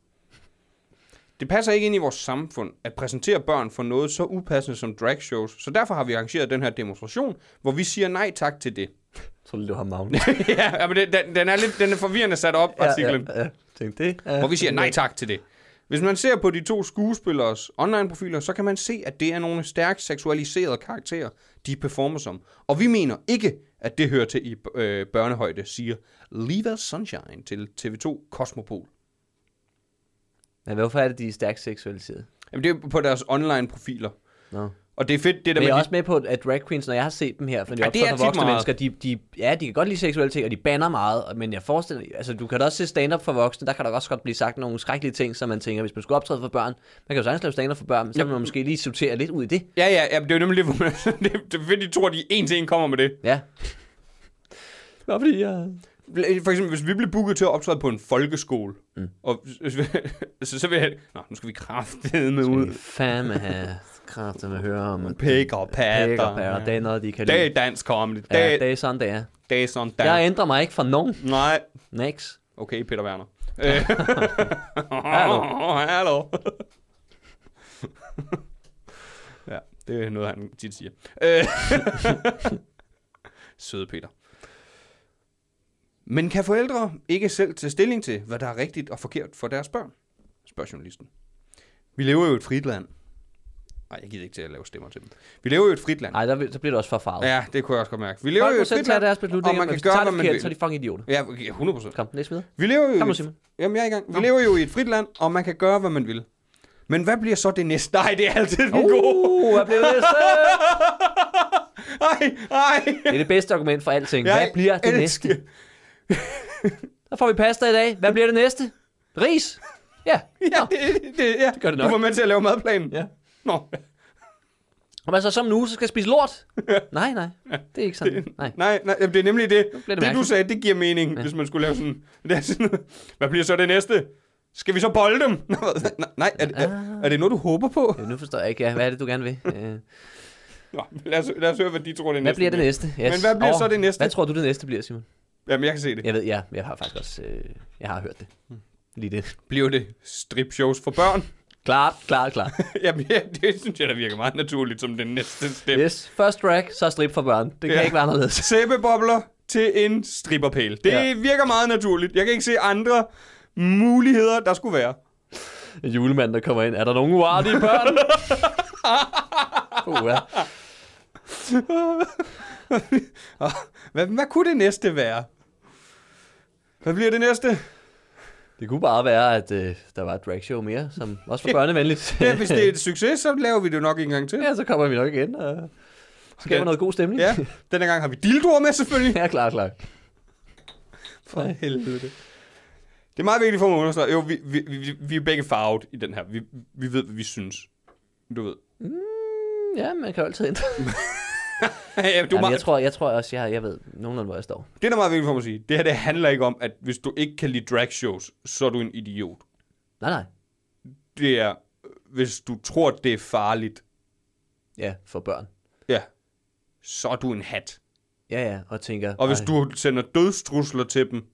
Det passer ikke ind i vores samfund at præsentere børn for noget så upassende som drag shows, så derfor har vi arrangeret den her demonstration, hvor vi siger nej tak til det. Så lidt du har Magnus. Ja, men det, den, den er lidt den er forvirrende sat op, artiklen. Ja, ja, ja. Tænk det. Ja. Hvor vi siger nej tak til det. Hvis man ser på de to skuespillers online-profiler, så kan man se, at det er nogle stærkt seksualiserede karakterer, de performer som. Og vi mener ikke, at det hører til i øh, børnehøjde, siger Liva Sunshine til T V to Cosmopol. Men hvorfor er det, de er stærkt seksualiseret? Jamen, det er på deres online-profiler. Nå. Og det er fedt, det der Men jeg er med... også med på, at drag queens, når jeg har set dem her, for de Ja, er det er optræder for tit voksne meget. mennesker, de, de, ja, de kan godt lide seksualitet, og de banner meget, men jeg forestiller altså du kan da også se stand-up for voksne, der kan der også godt blive sagt nogle skrækkelige ting, som man tænker, hvis man skulle optræde for børn, man kan jo sagtens lave stand-up for børn, men så vil man måske lige sortere lidt ud i det. Ja, ja, ja, det er jo nemlig det, hvor man... det, det er fedt, de tror, de en til en kommer med det. Ja. Nå, fordi jeg... For eksempel, hvis vi bliver booket til at optræde på en folkeskole, mm. og så, så vil jeg... Nå, nu skal vi kraftedeme ud. Skal vi fandme have kræfter med at høre om... Pæk og patter. Pæk og patter, det er noget, de kan Det lide. er dansk comedy. Det, Ja, det er sådan, det er. det er sådan dansk. Jeg ændrer mig ikke for nogen. Nej. Next. Okay, Peter Werner. Øh. Hallo. Hallo. Ja, det er noget, han tit siger. Øh. Søde Peter. Men kan forældre ikke selv tage stilling til, hvad der er rigtigt og forkert for deres børn? Spørger journalisten. Vi lever jo i et frit land. Nej, jeg gider ikke til at lave stemmer til dem. Vi lever jo i et frit land. Nej, der, så bliver det også for farvet. Ja, det kunne jeg også godt mærke. Vi lever Folk jo i må et selv frit tage land, deres beslutninger, og man men kan hvis de gøre, tager hvad det man forkert, vil. så er de fucking idioter. Ja, okay, hundrede procent. Kom, læs videre. Vi lever jo Kom i nu, et, Simon. jamen, jeg er i gang. Vi lever jo i et frit land, og man kan gøre, hvad man vil. Men hvad bliver så det næste? Nej, det er altid den Uh, gode. hvad bliver det næste? Nej, nej. Det er det bedste argument for alting. Jeg Hvad bliver det elsker- næste? Så får vi pasta i dag. Hvad bliver det næste? Ris? Ja. Ja, Nå. det, det, ja. Det gør det Du nok. var med til at lave madplanen. Ja. Nå. Og hvad så som nu, så skal jeg spise lort? Nej, nej. Det er ikke sådan. Nej. Nej, nej, jamen, det er nemlig det. bliver det Det, du mærkeligt. sagde, det giver mening, ja. Hvis man skulle lave sådan... Det er sådan hvad bliver så det næste? Skal vi så bolde dem? Nej, nej er, det, er, er det noget, du håber på? Ja, nu forstår jeg ikke. Ja, hvad er det, du gerne vil? Øh, Nå, lad, os, lad os høre, hvad de tror, det Hvad næste bliver det næste? Yes. Men hvad bliver Åh, så det næste? Hvad tror du, det næste bliver, Simon? Jamen, jeg kan se det. Jeg ved, ja, jeg har faktisk også... Øh, jeg har hørt det. Lige det. Bliver det strip-shows for børn? Klart, klart, klart. Jamen, ja, det synes jeg, der virker meget naturligt som den næste step. Yes, first track, så strip for børn. Det kan Ja. ikke være anderledes. Sæbebobler til en stripperpæl. Det Ja. virker meget naturligt. Jeg kan ikke se andre muligheder, der skulle være. En julemand, der kommer ind. Er der nogen uartige børn? uh, ja. hvad, hvad kunne det næste være? Hvad bliver det næste? Det kunne bare være, at øh, der var et dragshow mere, som også var børnevenligt. Ja, hvis det er et succes, så laver vi det jo nok en gang til. Ja, så kommer vi nok igen og skaber Den- noget god stemning. Ja, denne gang har vi dildoer med selvfølgelig. ja klar, klar. For helvede. Det er meget vigtigt for mig at understrege. Jo, vi, vi, vi, vi er begge farvet i den her. Vi, vi ved, hvad vi synes. Du ved. Ja, man kan jo altid ændre. Ja, du er Jamen, meget, jeg, tror, jeg tror også, jeg, jeg ved nogenlunde, hvor jeg står. det er da meget vigtigt for mig at sige. Det her, det handler ikke om, at hvis du ikke kan lide drag shows, så er du en idiot. Nej, nej. Det er, hvis du tror, det er farligt, Ja, for børn. ja, så er du en hat. Ja, ja, og tænker... Og hvis ej, du sender dødstrusler til dem,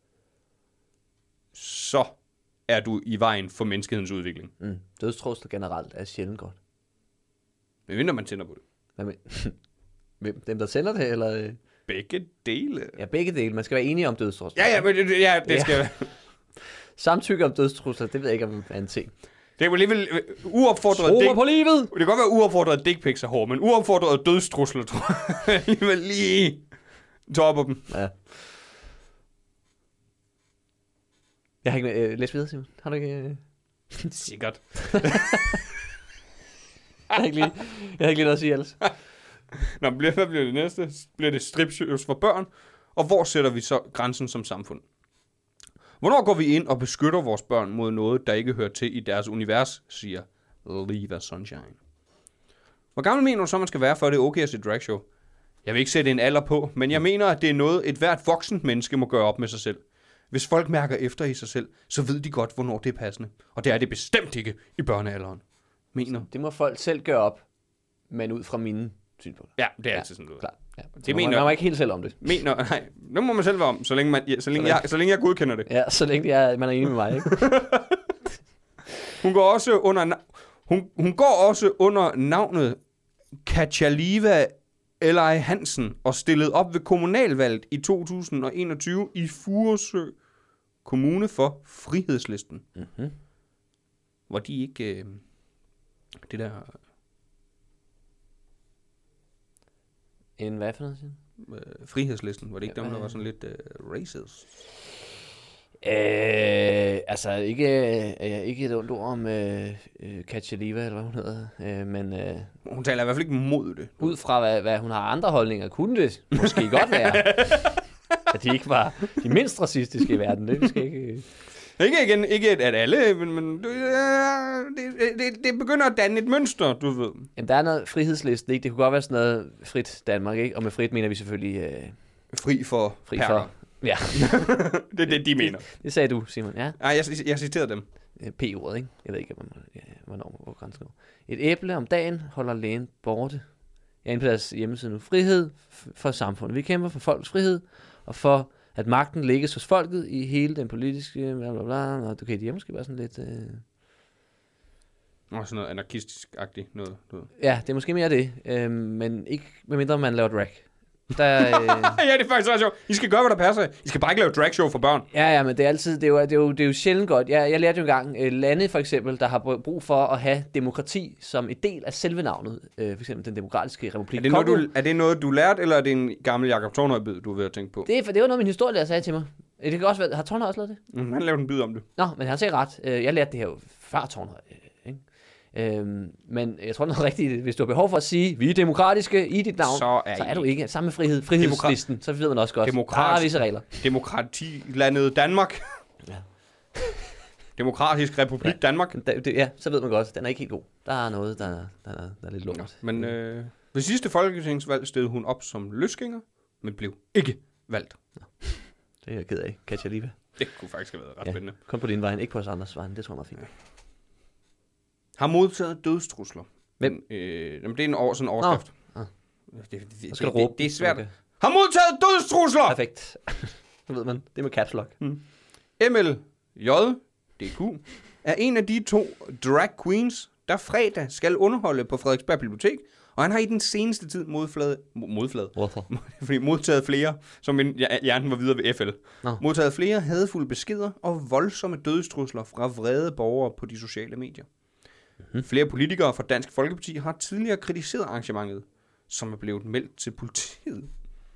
så er du i vejen for menneskehedens udvikling. Mm, dødstrusler generelt er sjældent godt. Men mindre man tænder på det. Hvad med... Hvem? Dem, der sender det, eller... øh? Begge dele. Ja, begge dele. Man skal være enige om dødstrusler. Ja, ja, men det, ja, det Ja. skal være. Samtykke om dødstrusler, det ved jeg ikke, om er en ting. Det er jo alligevel øh, uopfordret Tro dick. mig på livet! Det kan godt være uopfordret dick pics er hård, men uopfordret dødstrusler, tror jeg alligevel lige topper dem. Ja. Jeg har ikke øh, læst videre, Simon. Har du ikke... Øh... Sikkert. Jeg har ikke lige, jeg har ikke lige noget at sige ellers. Nå, bliver, hvad bliver det næste? Bliver det strip-shows for børn? Og hvor sætter vi så grænsen som samfund? Hvornår går vi ind og beskytter vores børn mod noget, der ikke hører til i deres univers, siger Leave Sunshine. Hvor gammel mener du så, man skal være, for det er okay at se dragshow? Jeg vil ikke sætte en alder på, men jeg mener, at det er noget, et hvert voksent menneske må gøre op med sig selv. Hvis folk mærker efter i sig selv, så ved de godt, hvornår det er passende. Og det er det bestemt ikke i børnealderen. Mener. Det må folk selv gøre op, men ud fra mine synspunkter. Ja, det er Ja, altid sådan noget. Klart. Ja. Det Det mener- mener... Man må ikke helt selv om det. Mener, nej, nu må man selv være om, så længe, man, ja, så længe, jeg, så længe jeg godkender det. Ja, så længe jeg, man er enig med mig, ikke? Hun går også under, na- hun, hun går også under navnet Katjaliva Eli Hansen og stillede op ved kommunalvalget i to tusind og enogtyve i Furesø Kommune for Frihedslisten. Mm-hmm. Hvor de ikke... Øh, det der... En hvad for noget, siger du? Øh, frihedslisten, var det ikke Ja, dem, der hvad- var sådan lidt øh, racist? Øh, altså ikke, øh, ikke et ondt ord om øh, øh, Katjaliva, eller hvad hun hedder, øh, men øh, Hun taler i hvert fald ikke mod det. ud fra hvad, hvad hun har andre holdninger, kunne det måske godt være, at de ikke var de mindst racistiske i verden. Det skal ikke... Øh. Ikke igen, ikke at at alle, men, men øh, det, det, det begynder at danne et mønster, du ved. Jamen, der er noget frihedslisten, ikke? Det kunne godt være sådan noget frit Danmark, ikke? Og med frit mener vi selvfølgelig øh, Fri for fri perker. for... Ja, Det er det, de mener. det sagde du, Simon. Ja, Nej, jeg, jeg citerede dem. Øh, P-ordet, ikke? Jeg ved ikke, hvornår, ja, hvornår hvor grænsen går. Et æble om dagen holder lægen borte. Jeg er inde på deres hjemmeside nu. Frihed f- for samfundet. Vi kæmper for folks frihed, og for at magten lægges hos folket i hele den politiske... Bla bla bla. Og okay, de er måske bare sådan lidt... Øh... Og sådan noget anarkistisk-agtigt noget. Du ved. Ja, det er måske mere det. Øh, men ikke medmindre man laver drag. Der, øh... ja, det er faktisk ret sjovt. I skal gøre, hvad der passer. I skal bare ikke lave dragshow for børn. Ja, ja, men det er altid, det er jo, det er jo, det er jo sjældent godt. Jeg, jeg lærte jo engang, øh, lande for eksempel, der har brug for at have demokrati som en del af selve navnet. Øh, for eksempel den demokratiske republik. Er det, noget, du, er det noget, du lærte, eller er det en gammel Jakob Tornhøj-bid, du er ved at tænke på? Det, er, det var noget, min historielærer sagde til mig. Det kan også være, har Tornhøj også lavet det? Mm, han lavede en bid om det. Nå, men han sagde ret. Øh, Jeg lærte det her jo før Tornhøj. øh, Ikke? Øhm, men jeg tror noget rigtigt, hvis du har behov for at sige, vi er demokratiske i dit navn, Så er, så er I du ikke. Samme med frihed, frihedslisten, så ved man også godt, Demokrat- der er visse regler. Demokratilandet Danmark. Ja. Demokratisk Republik Ja. Danmark. Da, det, ja, så ved man godt, den er ikke helt god. Der er noget, der, der, er, der er lidt Nå, lort. men øh, ved sidste folketingsvalg stod hun op som løsgænger, men blev ikke valgt. Det er jeg ked af. Katja Liva. Det kunne faktisk have været ret Ja, spændende. kom på din vej, ikke på os andres vej. Det tror jeg er meget fint. Har modtaget dødstrusler. Hvem? Øh, jamen, det er en år, sådan en overskrift. Nå. Ah. Det, det, det, Så skal det, du råbe. det, det er svært. Okay. Har modtaget dødstrusler! Perfekt. Så ved man. Det er med caps lock. M L J D Q er en af de to drag queens, der fredag skal underholde på Frederiksberg Bibliotek, og han har i den seneste tid modfladet, modfladet, Hvorfor? fordi modtaget flere, som min hjernen var videre ved F L, Nå. modtaget flere hadfulde beskeder og voldsomme dødstrusler fra vrede borgere på de sociale medier. Mm-hmm. Flere politikere fra Dansk Folkeparti har tidligere kritiseret arrangementet, som er blevet meldt til politiet.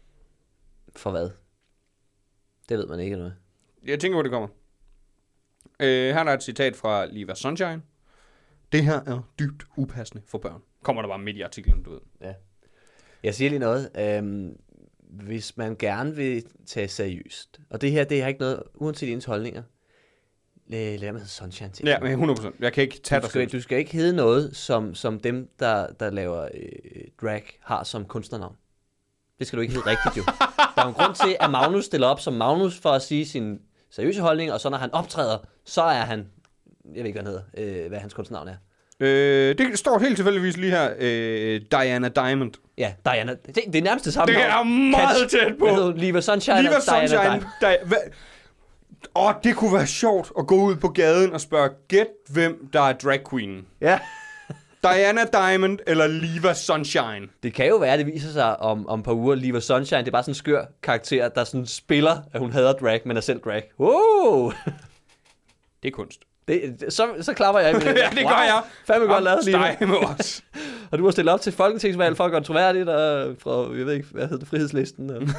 For hvad? Det ved man ikke noget. Jeg tænker, hvor det kommer. Øh, her er der et citat fra Liva Sunshine. Det her er dybt upassende for børn. Kommer der bare midt i artiklen, du ved. Ja. Jeg siger lige noget. Øhm, hvis man gerne vil tage seriøst, og det her, det har ikke noget, uanset ens holdninger, lad lad mig hedde Sunshine til. Ja, men hundrede procent. Jeg kan ikke tage Du dig skal, seriøst. du skal ikke hedde noget, som, som dem, der, der laver øh, drag, har som kunstnernavn. Det skal du ikke hedde rigtigt, jo. Der er en grund til, at Magnus stiller op som Magnus for at sige sin seriøse holdning, og så når han optræder, så er han, jeg ved ikke, hvad han hedder, øh, hvad hans kunstnernavn er. Øh, det står helt tilfældigvis lige her. Øh, Diana Diamond. Ja, Diana. Det, det er nærmest det samme Det navn. er meget tæt på. Hvad hedder hun? Liva Sunshine Liva og Diana Sunshine. Diamond. Di- hvad? Åh, det kunne være sjovt at gå ud på gaden og spørge, gæt hvem der er drag queen. Ja. Diana Diamond eller Liva Sunshine. Det kan jo være, at det viser sig om, om et par uger. Liva Sunshine, det er bare sådan en skør karakter, der sådan spiller, at hun hader drag, men er selv drag. Wow! Det er kunst. Det, det, så, så klapper jeg i min Ja, det gør jeg. Fandme godt lavet, Liva. Steg med os. Og du har stillet op til folketingsvalg for at gøre troværdigt, og fra, jeg ved ikke, hvad hedder det, frihedslisten. Og...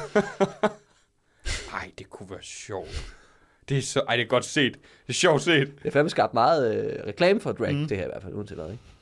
Ej, det kunne være sjovt. Det er så... Ej, det er godt set. Det er sjovt set. Det er fandme skabt meget øh, reklame for drag, mm. det her i hvert fald, uanset hvad, ikke?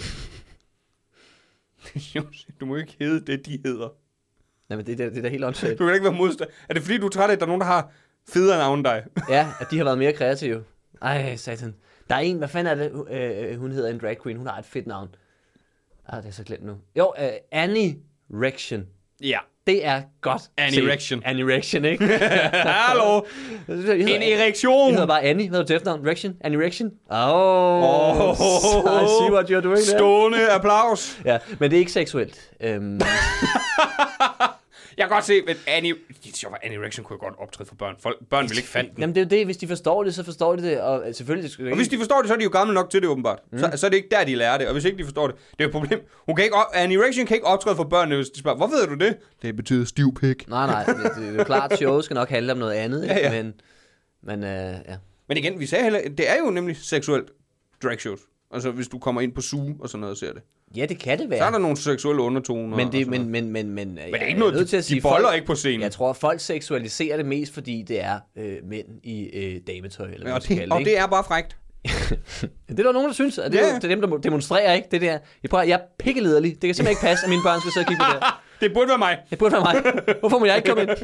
Det er sjovt set. Du må ikke hedde det, de hedder. Nej, men det, det, det er da helt åndssvagt. Du kan ikke være modstander. Er det fordi, du er træt af, at der er nogen, der har federe navn end dig? Ja, at de har været mere kreative. Ej, satan. Der er en, hvad fanden er det, øh, hun hedder en drag queen, hun har et fedt navn. Ah, det er så glemt nu. Jo, øh, Annie Rection. Ja. Det er godt. Annie Rection. Annie Rection, ikke? Hallo. En erektion. Jeg hedder bare Annie. Hvad er du til efternavn? Rection? Annie Rection? Oh, oh, I see what you're doing there. Stående applaus. Ja, men det er ikke seksuelt. Um... Jeg kan godt se, at Annie... Det er sjovt, at Annie Rection kunne godt optræde for børn. Folk, børn vil ikke fatte den. Jamen det er jo det, hvis de forstår det, så forstår de det, og selvfølgelig... Det og hvis de forstår det, så er de jo gamle nok til det, åbenbart. Mm. Så, så er det ikke der, de lærer det. Og hvis ikke de forstår det, det er jo et problem. Hun kan ikke op... Annie Rection kan ikke optræde for børnene, hvis de spørger, hvor ved du det? Det betyder stiv pik. Nej, nej, det, det er jo klart, at showet skal nok handle om noget andet, ja, ja. men... Men, øh, ja. Men igen, vi sagde heller, det er jo nemlig seksuelt dragshows. Altså, hvis du kommer ind på Zoo og sådan noget og ser det. Ja, det kan det være. Så er der nogle seksuelle undertoner. Men, det, og men, men, men, men, men det er ikke noget, de, de boller ikke på scenen. Jeg tror, folk seksualiserer det mest, fordi det er øh, mænd i øh, dametøj. Eller Ja, og, hvad man det, skal og kalde det er bare frækt. det er der nogen, der synes, at det, Ja. er, det er dem, der demonstrerer, ikke? Det der. Jeg, prøver, jeg er pikkelederlig. Det kan simpelthen ikke passe, at mine børn skal sidde og kigge på det her. Det burde være mig. Det burde være mig. Hvorfor må jeg ikke komme ind?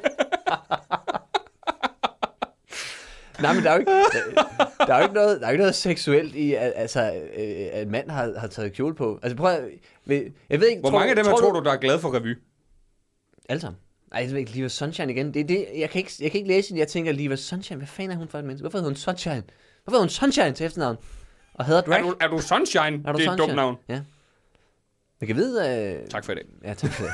Nej, men der er jo ikke, der, der er jo ikke, noget, der er jo ikke noget seksuelt i, at, altså, øh, at en mand har, har taget kjole på. Altså prøv at, jeg ved ikke... Hvor tror, mange af dem tror, tror du, der er glade for revy? Alle sammen. Ej, jeg ved ikke, Liva Sunshine igen. Det er det, jeg kan ikke, jeg kan ikke læse det. Jeg tænker, Liva Sunshine, hvad fanden er hun for et menneske? Hvorfor hedder hun Sunshine? Hvorfor hedder hun Sunshine til efternavn? Og hedder drag? Er du, er du Sunshine? Er du det er et dumt navn. Ja. Jeg kan vide... Øh... Tak for i dag. Ja, tak for det.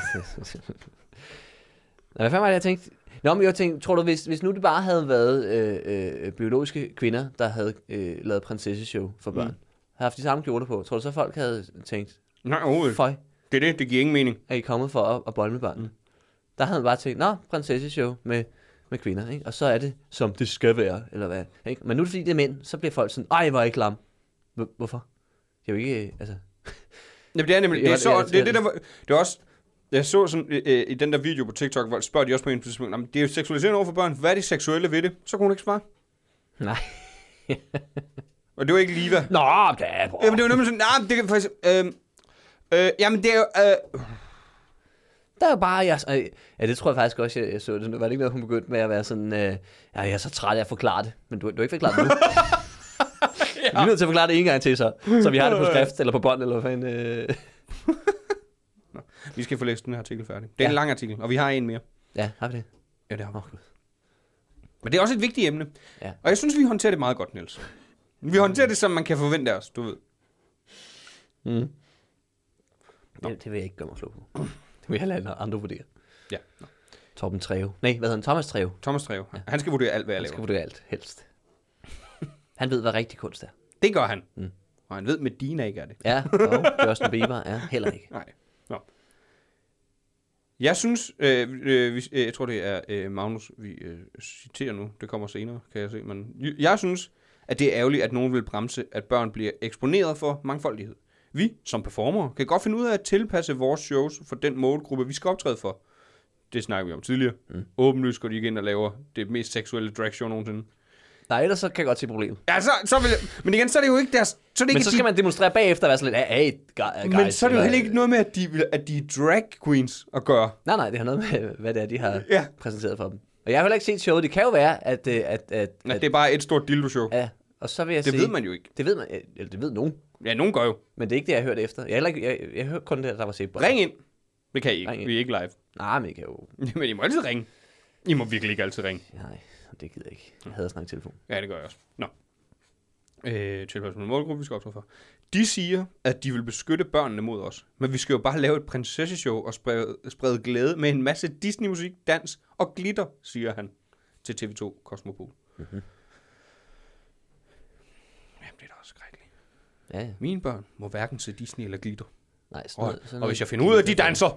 Nå, hvad fanden var det, jeg tænkte? Nå, men jeg tænkte, tror du, hvis, hvis nu det bare havde været øh, øh, biologiske kvinder, der havde øh, lavet prinsesseshow for børn, mm. havde haft de samme kjoler på, tror du så, folk havde tænkt, Nej, overhovedet. føj, Det er det, det giver ingen mening. er I kommet for at, at bolle med børn? Mm. Der havde man bare tænkt, nå, prinsesseshow med, med kvinder, ikke? Og så er det, som det skal være, eller hvad, ikke? Men nu er det fordi, det er mænd, så bliver folk sådan, ej, hvor er ikke lam. H- hvorfor? Det er jo ikke, altså... Jamen, det er nemlig, det er, så, det, er det, der, det er også, jeg så sådan øh, i den der video på TikTok, hvor spørger de også på en tidspunkt, det er jo seksualiseret over for børn, hvad er det seksuelle ved det? Så kunne hun ikke svare. Nej. Og det var ikke Liva. Nå, det er... Jamen, det var nemlig sådan, nej, det kan faktisk, øh, øh, jamen, det er jo, øh, Der er jo bare, jeg, øh, ja, det tror jeg faktisk også, jeg, jeg så det. Nu var det ikke noget, hun begyndte med at være sådan, øh, ja, jeg er så træt af at forklare det, men du, du har ikke forklaret det nu. Ja. Vi er nødt til at forklare det en gang til, så, så vi har det på skrift, eller på bånd, eller hvad fanden. Øh. Nå, vi skal få læst den her artikel færdig. Det er Ja. en lang artikel, og vi har en mere. Ja, har vi det? Ja, det har vi. Oh, Men det er også et vigtigt emne. ja. Og jeg synes, vi håndterer det meget godt, Niels. Vi håndterer det, som man kan forvente af os, du ved. Mm. Det, det vil jeg ikke gøre mig klog på. Det vil jeg lade andre vurdere. Ja. Nå. Torben Treve. Nej, hvad hedder han? Thomas Treve. Thomas Treve. Ja. Han skal vurdere alt, hvad jeg Han laver. skal vurdere alt, helst. Han ved, hvad rigtig kunst er. Det gør han. Mm. Og han ved, med Dina ikke er det. Ja, og Justin Bieber er heller ikke. Nej. Nå. Jeg synes, øh, øh, vi, øh, jeg tror det er øh, Magnus, vi øh, citerer nu. Det kommer senere, kan jeg se. Men jeg synes, at det er ærgerligt, at nogen vil bremse, at børn bliver eksponeret for mangfoldighed. Vi, som performere, kan godt finde ud af at tilpasse vores shows for den målgruppe, vi skal optræde for. Det snakker vi om tidligere. Mm. Åbenlyst går de ikke ind og laver det mest seksuelle dragshow nogensinde. Nej, ellers så kan jeg godt se problemet. Ja, så, så vil jeg, men igen, så er det jo ikke deres... Så er det Men ikke, så de, skal man demonstrere bagefter og være sådan lidt, hey, guys. men så er det jo eller- heller ikke noget med, at de, vil- at de er drag queens at gøre. Nej, nej, det har noget med, hvad det er, de har Ja. præsenteret for dem. Og jeg har heller ikke set showet. Det kan jo være, at... øh, at, at, Nej, at det er bare et stort dildo-show. ja, og så vil jeg Det sige... ved man jo ikke. Det ved man, eller det ved nogen. Ja, nogen gør jo. Men det er ikke det, jeg har hørt efter. Jeg, har heller ikke, jeg, jeg hørte kun det, at der var set på. Ring ind. Det kan I ikke. Ring ind. Vi er ikke live. Nej, men jeg kan jo... Men I må altid ringe. I må virkelig ikke altid ringe. Nej, det gider jeg ikke. Jeg hader at snakke telefon. Ja, det gør jeg også. Nå. Øh, tilhørs med målgruppe, vi skal optage for. De siger, at de vil beskytte børnene mod os. Men vi skal jo bare lave et prinsesseshow og sprede, sprede glæde med en masse Disney-musik, dans og glitter, siger han til T V to Cosmopol. Mm-hmm. Jamen, det er da også skrækkeligt. Ja, ja. Mine børn må hverken se Disney eller glitter. Nej, sådan Og, noget, sådan og noget- hvis jeg finder ud af, at de danser,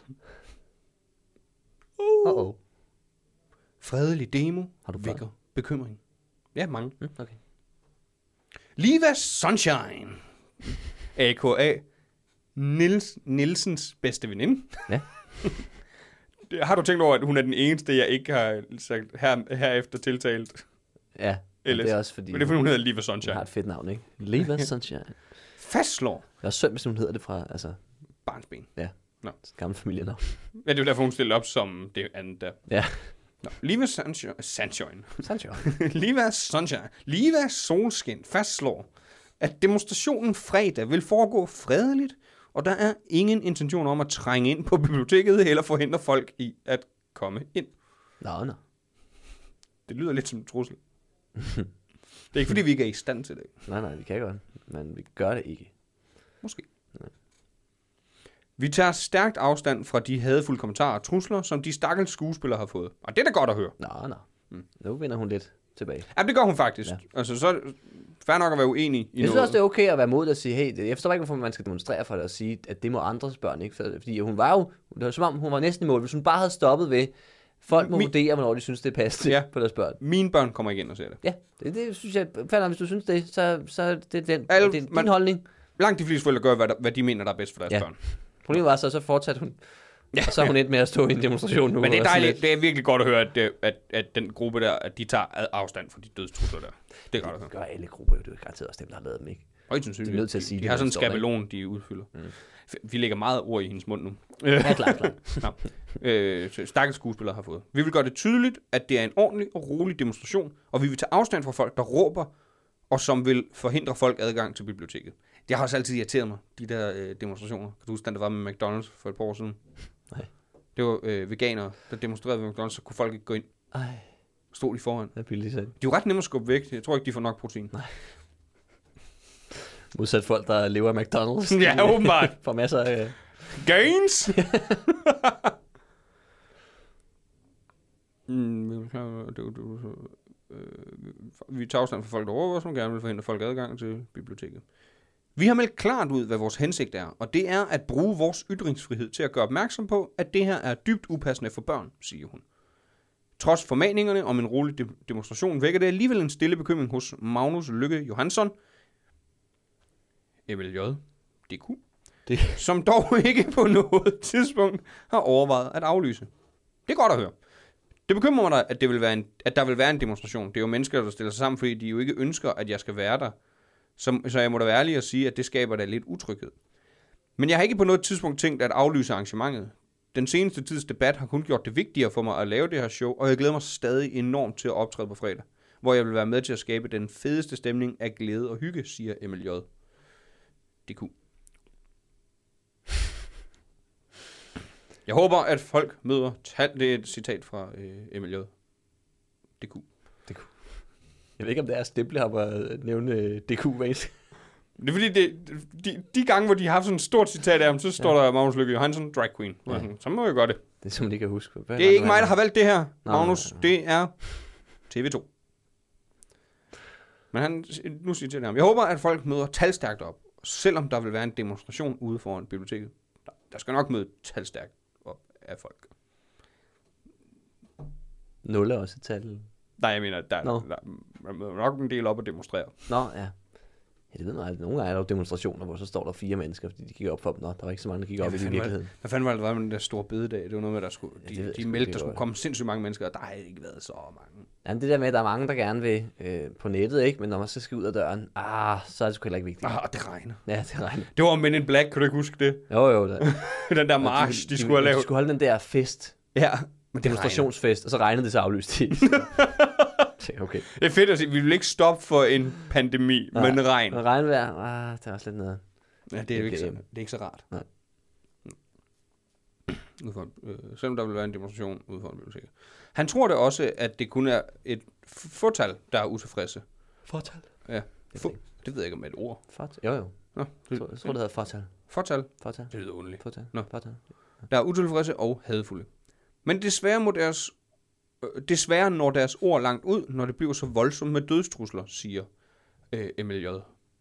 Uh-oh. fredelig demo Har du børn? vækker bekymring. Ja, mange. Mm, okay. Liva Sunshine, a k a. Nils Nielsens bedste veninde. Ja. Har du tænkt over, at hun er den eneste, jeg ikke har sagt her, herefter tiltalt? Ja, men Ellers. det er også fordi, Men det er fordi, hun hedder Liva hun Sunshine. har et fedt navn, ikke? Liva Sunshine. Fastslår Det er også synd, hvis hun hedder det fra, altså, barnsben. ja, Nå. et gammelt familienavn. Ja, det er jo derfor, hun stiller op som det andet der. Ja. Nå, Liva Sunshine. Sunshine. Sunshine. Liva Sunshine. Liva Solskin fastslår, at demonstrationen fredag vil foregå fredeligt, og der er ingen intention om at trænge ind på biblioteket eller forhindre folk i at komme ind. Nå, nå. Det lyder lidt som en trussel. Det er ikke, fordi vi ikke er i stand til det. Nej, nej, vi kan godt, men vi gør det ikke. Måske. Vi tager stærkt afstand fra de hadefulde kommentarer og trusler, som de stakkels skuespillere har fået. Og det er da godt at høre. Nå, nå. Mm. Nu vinder hun lidt tilbage. Ja, det gør hun faktisk. Ja. Ja. Altså, så er det fair nok at være uenig i Jeg synes noget. også, det er okay at være mod at sige, hey, det- jeg forstår ikke, hvorfor man skal demonstrere for det og sige, at det må andres børn, ikke? For- Fordi hun var jo, det var som om, hun var næsten i mål. Hvis hun bare havde stoppet ved, folk må Mi- vurdere, hvornår de synes, det er passende Ja. på deres børn. Mine børn kommer igen og ser det. Ja, det, det synes jeg, fair nok, hvis du synes det, så, så er det den, Alle- det er din man- holdning. Langt de fleste forældre gør, hvad, der, hvad de mener, der er bedst for deres Ja. børn. Problemet var så, så fortsatte hun, ja. Og så er hun endt med at stå i en demonstration nu. Men det er og sige, dejligt. Det er virkelig godt at høre, at, det- at, at den gruppe der, at de tager ad- afstand fra de dødstrusler der. Det er godt at Det høre. gør alle grupper jo, det er jo garanteret også dem, der har lavet dem, ikke? Højst sandsynligt. De er nødt til at sige de, det, de har når sådan en det står der, skabelon, de udfylder. Mm. Vi lægger meget ord i hendes mund nu. Ja, klart, klart. Nå. Øh, så stakkels skuespillere har fået. Vi vil gøre det tydeligt, at det er en ordentlig og rolig demonstration, og vi vil tage afstand fra folk, der råber, og som vil forhindre folk adgang til biblioteket. Det har også altid irriteret mig, de der øh, demonstrationer. Kan du huske, den der var med McDonald's for et par år siden? Nej. Det var øh, veganere, der demonstrerede ved McDonald's, så kunne folk ikke gå ind. Ej, Stod de foran. det er billigt sagt. De er jo ret nemme at skubbe væk. Jeg tror ikke, de får nok protein. Nej. Modsat folk, der lever af McDonald's. Ja, åbenbart. For masser af... Gains! mm, vi vil klare- det- det- det- øh, vi tager afstand for folk, der råber, som gerne vil forhindre folk adgang til biblioteket. Vi har meldt klart ud, hvad vores hensigt er, og det er at bruge vores ytringsfrihed til at gøre opmærksom på, at det her er dybt upassende for børn, siger hun. Trods formaningerne om en rolig de- demonstration vækker det alligevel en stille bekymring hos Magnus Lykke Johansson, M L J, D Q, Det. som dog ikke på noget tidspunkt har overvejet at aflyse. Det er godt at høre. Det bekymrer mig, at, det vil være en, at der vil være en demonstration. Det er jo mennesker, der stiller sig sammen, fordi de jo ikke ønsker, at jeg skal være der. Så, så jeg må da være ærlig at sige, at det skaber da lidt utryghed. Men jeg har ikke på noget tidspunkt tænkt at aflyse arrangementet. Den seneste tids debat har kun gjort det vigtigere for mig at lave det her show, og jeg glæder mig stadig enormt til at optræde på fredag, hvor jeg vil være med til at skabe den fedeste stemning af glæde og hygge, siger M L J. D Q. Jeg håber, at folk møder... Tal, det er et citat fra øh, M L J. D Q. D Q. Jeg ved ikke, om det er stemple har at nævne D Q hver eneste. Det er fordi, det, de, de gange, hvor de har haft sådan et stort citat af ham, så står ja. der Magnus Lykke Johansson, drag queen. Ja. Så må jeg gøre det. Det er simpelthen ikke at huske. Hvad det er ikke mig, der har valgt det her, Nå, Magnus. nej, nej. Det er T V to. Men han, nu siger til ham, jeg håber, at folk møder talstærkt op, selvom der vil være en demonstration ude foran biblioteket. Der, der skal nok møde talstærkt op af folk. Nul er også et tal. Nej, jeg mener, der, Nå. der, der møder nok en del op og demonstrere. Nå, ja. Ja, det ved man aldrig. Nogle gange er der jo demonstrationer, hvor så står der fire mennesker, fordi de kigger op for dem. Nå, der var ikke så mange, der gik op i hvad virkeligheden. Hvad fanden var det, der var med den der store bededag? Det var noget med, der skulle, Ja, det de, ved jeg de sgu meldte, ikke, der skulle hvad. komme sindssygt mange mennesker, og der har ikke været så mange. Jamen, det der med, at der er mange, der gerne vil øh, på nettet, ikke? Men når man så skal ud af døren, ah, så er det sgu heller ikke vigtigt. Ah, det regner. Ja, det regner. Det var Men in Black, kan du ikke huske det? Jo, jo. Der. Den der march, de, de skulle have lavet. De skulle holde den der fest, Ja, men det demonstrationsfest, og så regnede det så aflyst til. Okay. Det er fedt at sige, vi vil ikke stoppe for en pandemi, Nej, men regn. Og regnvejr, ah, det er også lidt noget. Ja, det er jo ikke, så, Okay. det er ikke så rart. Nej. Udfor, øh, selvom der vil være en demonstration ude for biblioteket. Han tror det også, at det kun er et f- fåtal, der er utilfredse. Fortal. Ja, Få, det ved jeg ikke om er et ord. Fortal. Jo, jo. Nå, Jeg tror, jeg tror, det hedder fortal. fåtal, Fortal. det lyder underligt. Fortal. Nå. Fortal. Der er utilfredse og hadfulde. Men desværre, må deres, øh, desværre når deres ord langt ud, når det bliver så voldsomt med dødstrusler, siger øh, M L J.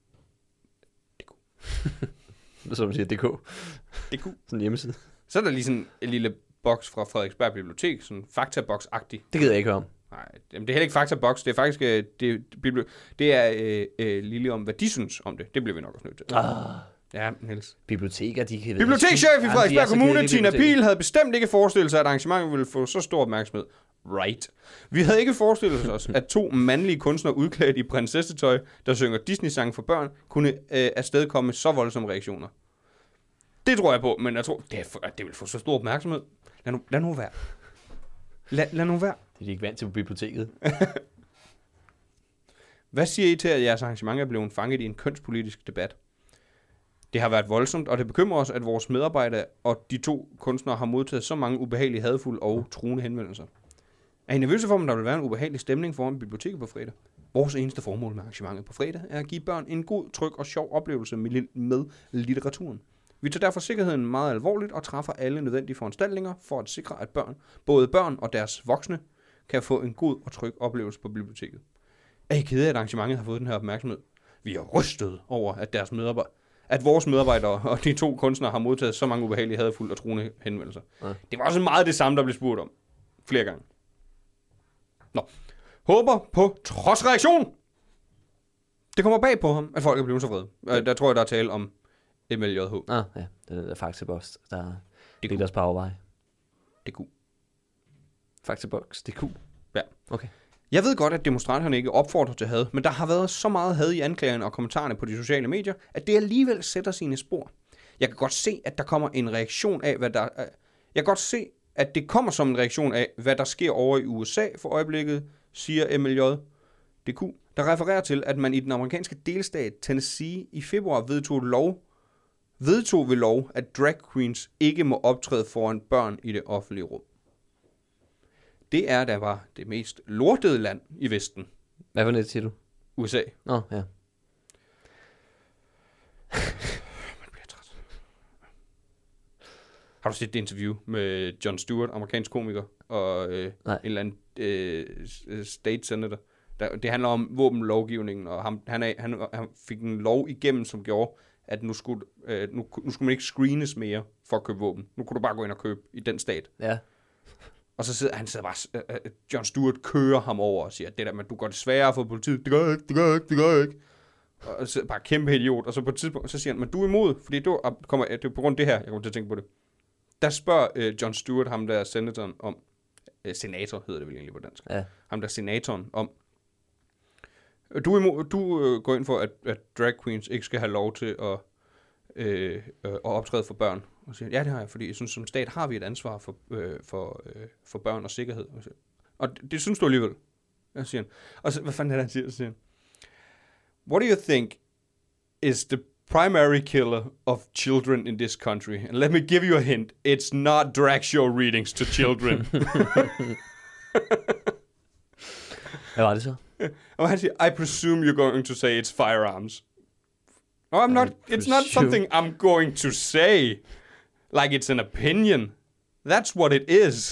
Det er som man siger, D K. D Q. Sådan en hjemmeside. Så er der lige sådan en lille boks fra Frederiksberg Bibliotek, sådan en faktaboks-agtig. Det gider jeg ikke høre om. Nej, jamen, det er heller ikke faktaboks, det er faktisk øh, det, det, det er øh, øh, lille om, hvad de synes om det. Det bliver vi nok også nødt til. Ah, Ja, Niels. biblioteker, de kan... Bibliotekschef i Ja, Frederiksberg de er så Kommune, kedelige, Tina biblioteker. Pihl, havde bestemt ikke forestillet sig, at arrangementet ville få så stor opmærksomhed. Right. Vi havde ikke forestillet os, at to mandlige kunstnere udklædt i prinsessetøj, der synger Disney-sange for børn, kunne øh, afstedkomme så voldsomme reaktioner. Det tror jeg på, men jeg tror, det, er for, at det vil få så stor opmærksomhed. Lad nu, lad nu være. Lad, lad nu være. Det er de ikke vant til på biblioteket. Hvad siger I til, at jeres arrangement er blevet fanget i en kønspolitisk debat? Det har været voldsomt, og det bekymrer os, at vores medarbejdere og de to kunstnere har modtaget så mange ubehagelige, hadfulde og truende henvendelser. Er I nervøse for, om der vil være en ubehagelig stemning foran biblioteket på fredag? Vores eneste formål med arrangementet på fredag er at give børn en god, tryg og sjov oplevelse med, li- med litteraturen. Vi tager derfor sikkerheden meget alvorligt og træffer alle nødvendige foranstaltninger for at sikre, at børn, både børn og deres voksne, kan få en god og tryg oplevelse på biblioteket. Er I kede af, at arrangementet har fået den her opmærksomhed? Vi er rystet over, at deres medarbejdere at vores medarbejdere og de to kunstnere har modtaget så mange ubehagelige, hadfulde og truende henvendelser. Ja. Det var også meget det samme, der blev spurgt om. Flere gange. Nå. Håber på trods reaktion. Det kommer bag på ham, at folk er blevet så vrede. Ja. Der tror jeg, der er tale om M L J H. Ah, ja, det er den der Faxebox, der Det deler os på overvej. Det kunne. Faxebox, det er Q. Ja. Okay. Jeg ved godt, at demonstranterne ikke opfordrer til had, men der har været så meget had i anklagerne og kommentarerne på de sociale medier, at det alligevel sætter sine spor. Jeg kan godt se, at der kommer en reaktion af, hvad der er. Jeg kan godt se, at det kommer som en reaktion af, hvad der sker over i U S A for øjeblikket, siger M L J D Q, der refererer til, at man i den amerikanske delstat Tennessee i februar vedtog lov, vedtog ved lov, at drag queens ikke må optræde foran børn i det offentlige rum. Det er, der var det mest lortede land i Vesten. Hvad for net siger du? U S A. Nå, ja. Man bliver træt. Har du set det interview med Jon Stewart, amerikansk komiker, og øh, en eller anden øh, state senator, Der, det handler om våbenlovgivningen, og ham, han, er, han, han fik en lov igennem, som gjorde, at nu skulle, øh, nu, nu skulle man ikke screenes mere for at købe våben. Nu kunne du bare gå ind og købe i den stat. Ja. Og så sidder han sidder bare, uh, Jon Stewart kører ham over og siger, at det der med, at du gør det sværere for politiet, det gør jeg ikke, det gør jeg ikke, det gør jeg ikke. Og så bare kæmpe idiot, og så på et tidspunkt, så siger han, men du er imod, fordi du kommer, det er på grund af det her, jeg kommer til at tænke på det. Der spørger uh, Jon Stewart, ham der senatoren om, uh, senator hedder det vel egentlig på dansk, Ja. ham der senatoren om, du, er imod, du uh, går ind for, at, at drag queens ikke skal have lov til at, øh, øh, at optræde for børn. Og siger, ja, det har jeg, fordi jeg synes, som stat har vi et ansvar for, øh, for, øh, for børn og sikkerhed. Og, siger, og det, det synes du alligevel. Og, siger han. Og så, hvad fanden er det, han siger? Så siger han, what do you think is the primary killer of children in this country? And let me give you a hint. It's not drag show readings to children. Hvad var det så? Og han siger, I presume you're going to say it's firearms. No, I'm not. It's not something I'm going to say. Like it's an opinion. That's what it is.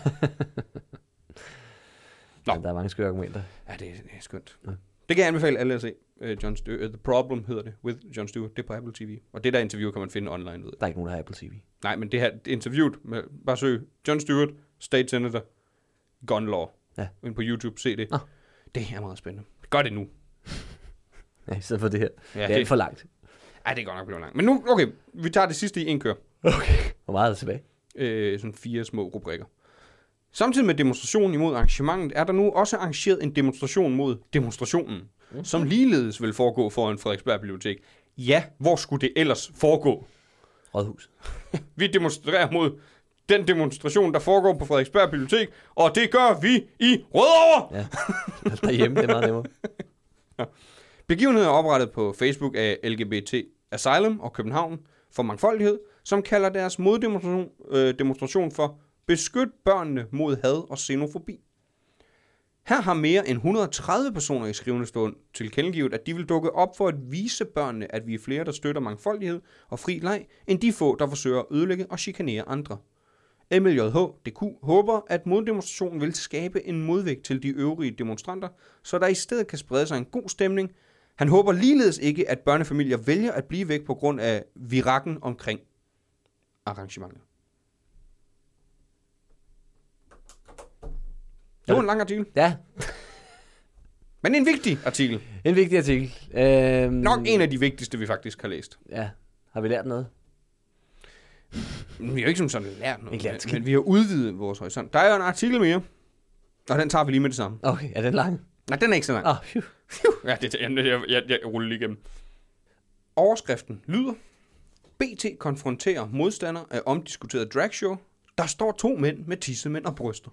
Nå. Ja, der er mange skøre argumenter. Ja, det er, det er skønt. Ja. Det kan jeg anbefale alle at se. Uh, Jon Stewart, uh, The Problem hedder det, with Jon Stewart. Det er på Apple T V. Og det der interview kan man finde online, ved jeg. Der er ikke nogen, der har Apple T V. Nej, men det her det interviewet, med, bare søg Jon Stewart, State Senator, Gun Law. Ja. Ind på YouTube, se det. Nå. Det er meget spændende. Gør det nu. Ja, i stedet for det her. Ja, det er det, alt for langt. Ej, det er godt nok blevet langt. Men nu, okay, vi tager det sidste i en kør. Okay. Hvor meget er der tilbage? Øh, sådan fire små rubrikker. Samtidig med demonstrationen imod arrangementet, er der nu også arrangeret en demonstration mod demonstrationen, okay. som ligeledes vil foregå foran Frederiksberg Bibliotek. Ja, hvor skulle det ellers foregå? Rådhus. Vi demonstrerer mod den demonstration, der foregår på Frederiksberg Bibliotek, og det gør vi i Rødovre! Ja, derhjemme, det er meget nemmere. Ja. Begivenheden er oprettet på Facebook af L G B T Asylum og København for Mangfoldighed, som kalder deres moddemonstration øh, demonstration for Beskyt børnene mod had og xenofobi. Her har mere end et hundrede og tredive personer i skrivende stund tilkendegivet, at de vil dukke op for at vise børnene, at vi er flere, der støtter mangfoldighed og fri leg, end de få, der forsøger at ødelægge og chikanere andre. M L J H D Q håber, at moddemonstrationen vil skabe en modvægt til de øvrige demonstranter, så der i stedet kan sprede sig en god stemning. Han håber ligeledes ikke, at børnefamilier vælger at blive væk på grund af virakken omkring arrangementet. Det var en lang artikel. Ja. Men en vigtig artikel. En vigtig artikel. Øhm, Nok en af de vigtigste, vi faktisk har læst. Ja. Har vi lært noget? Vi har jo ikke som sådan lært noget, lært men, men vi har udvidet vores horisont. Der er jo en artikel mere, og den tager vi lige med det samme. Okay, er den lang? Nej, den er ikke så lang. Åh, oh, Ja, det, jeg, jeg, jeg, jeg ruller lige igennem. Overskriften lyder: B T konfronterer modstander af omdiskuteret dragshow. Der står to mænd med tissemænd og bryster.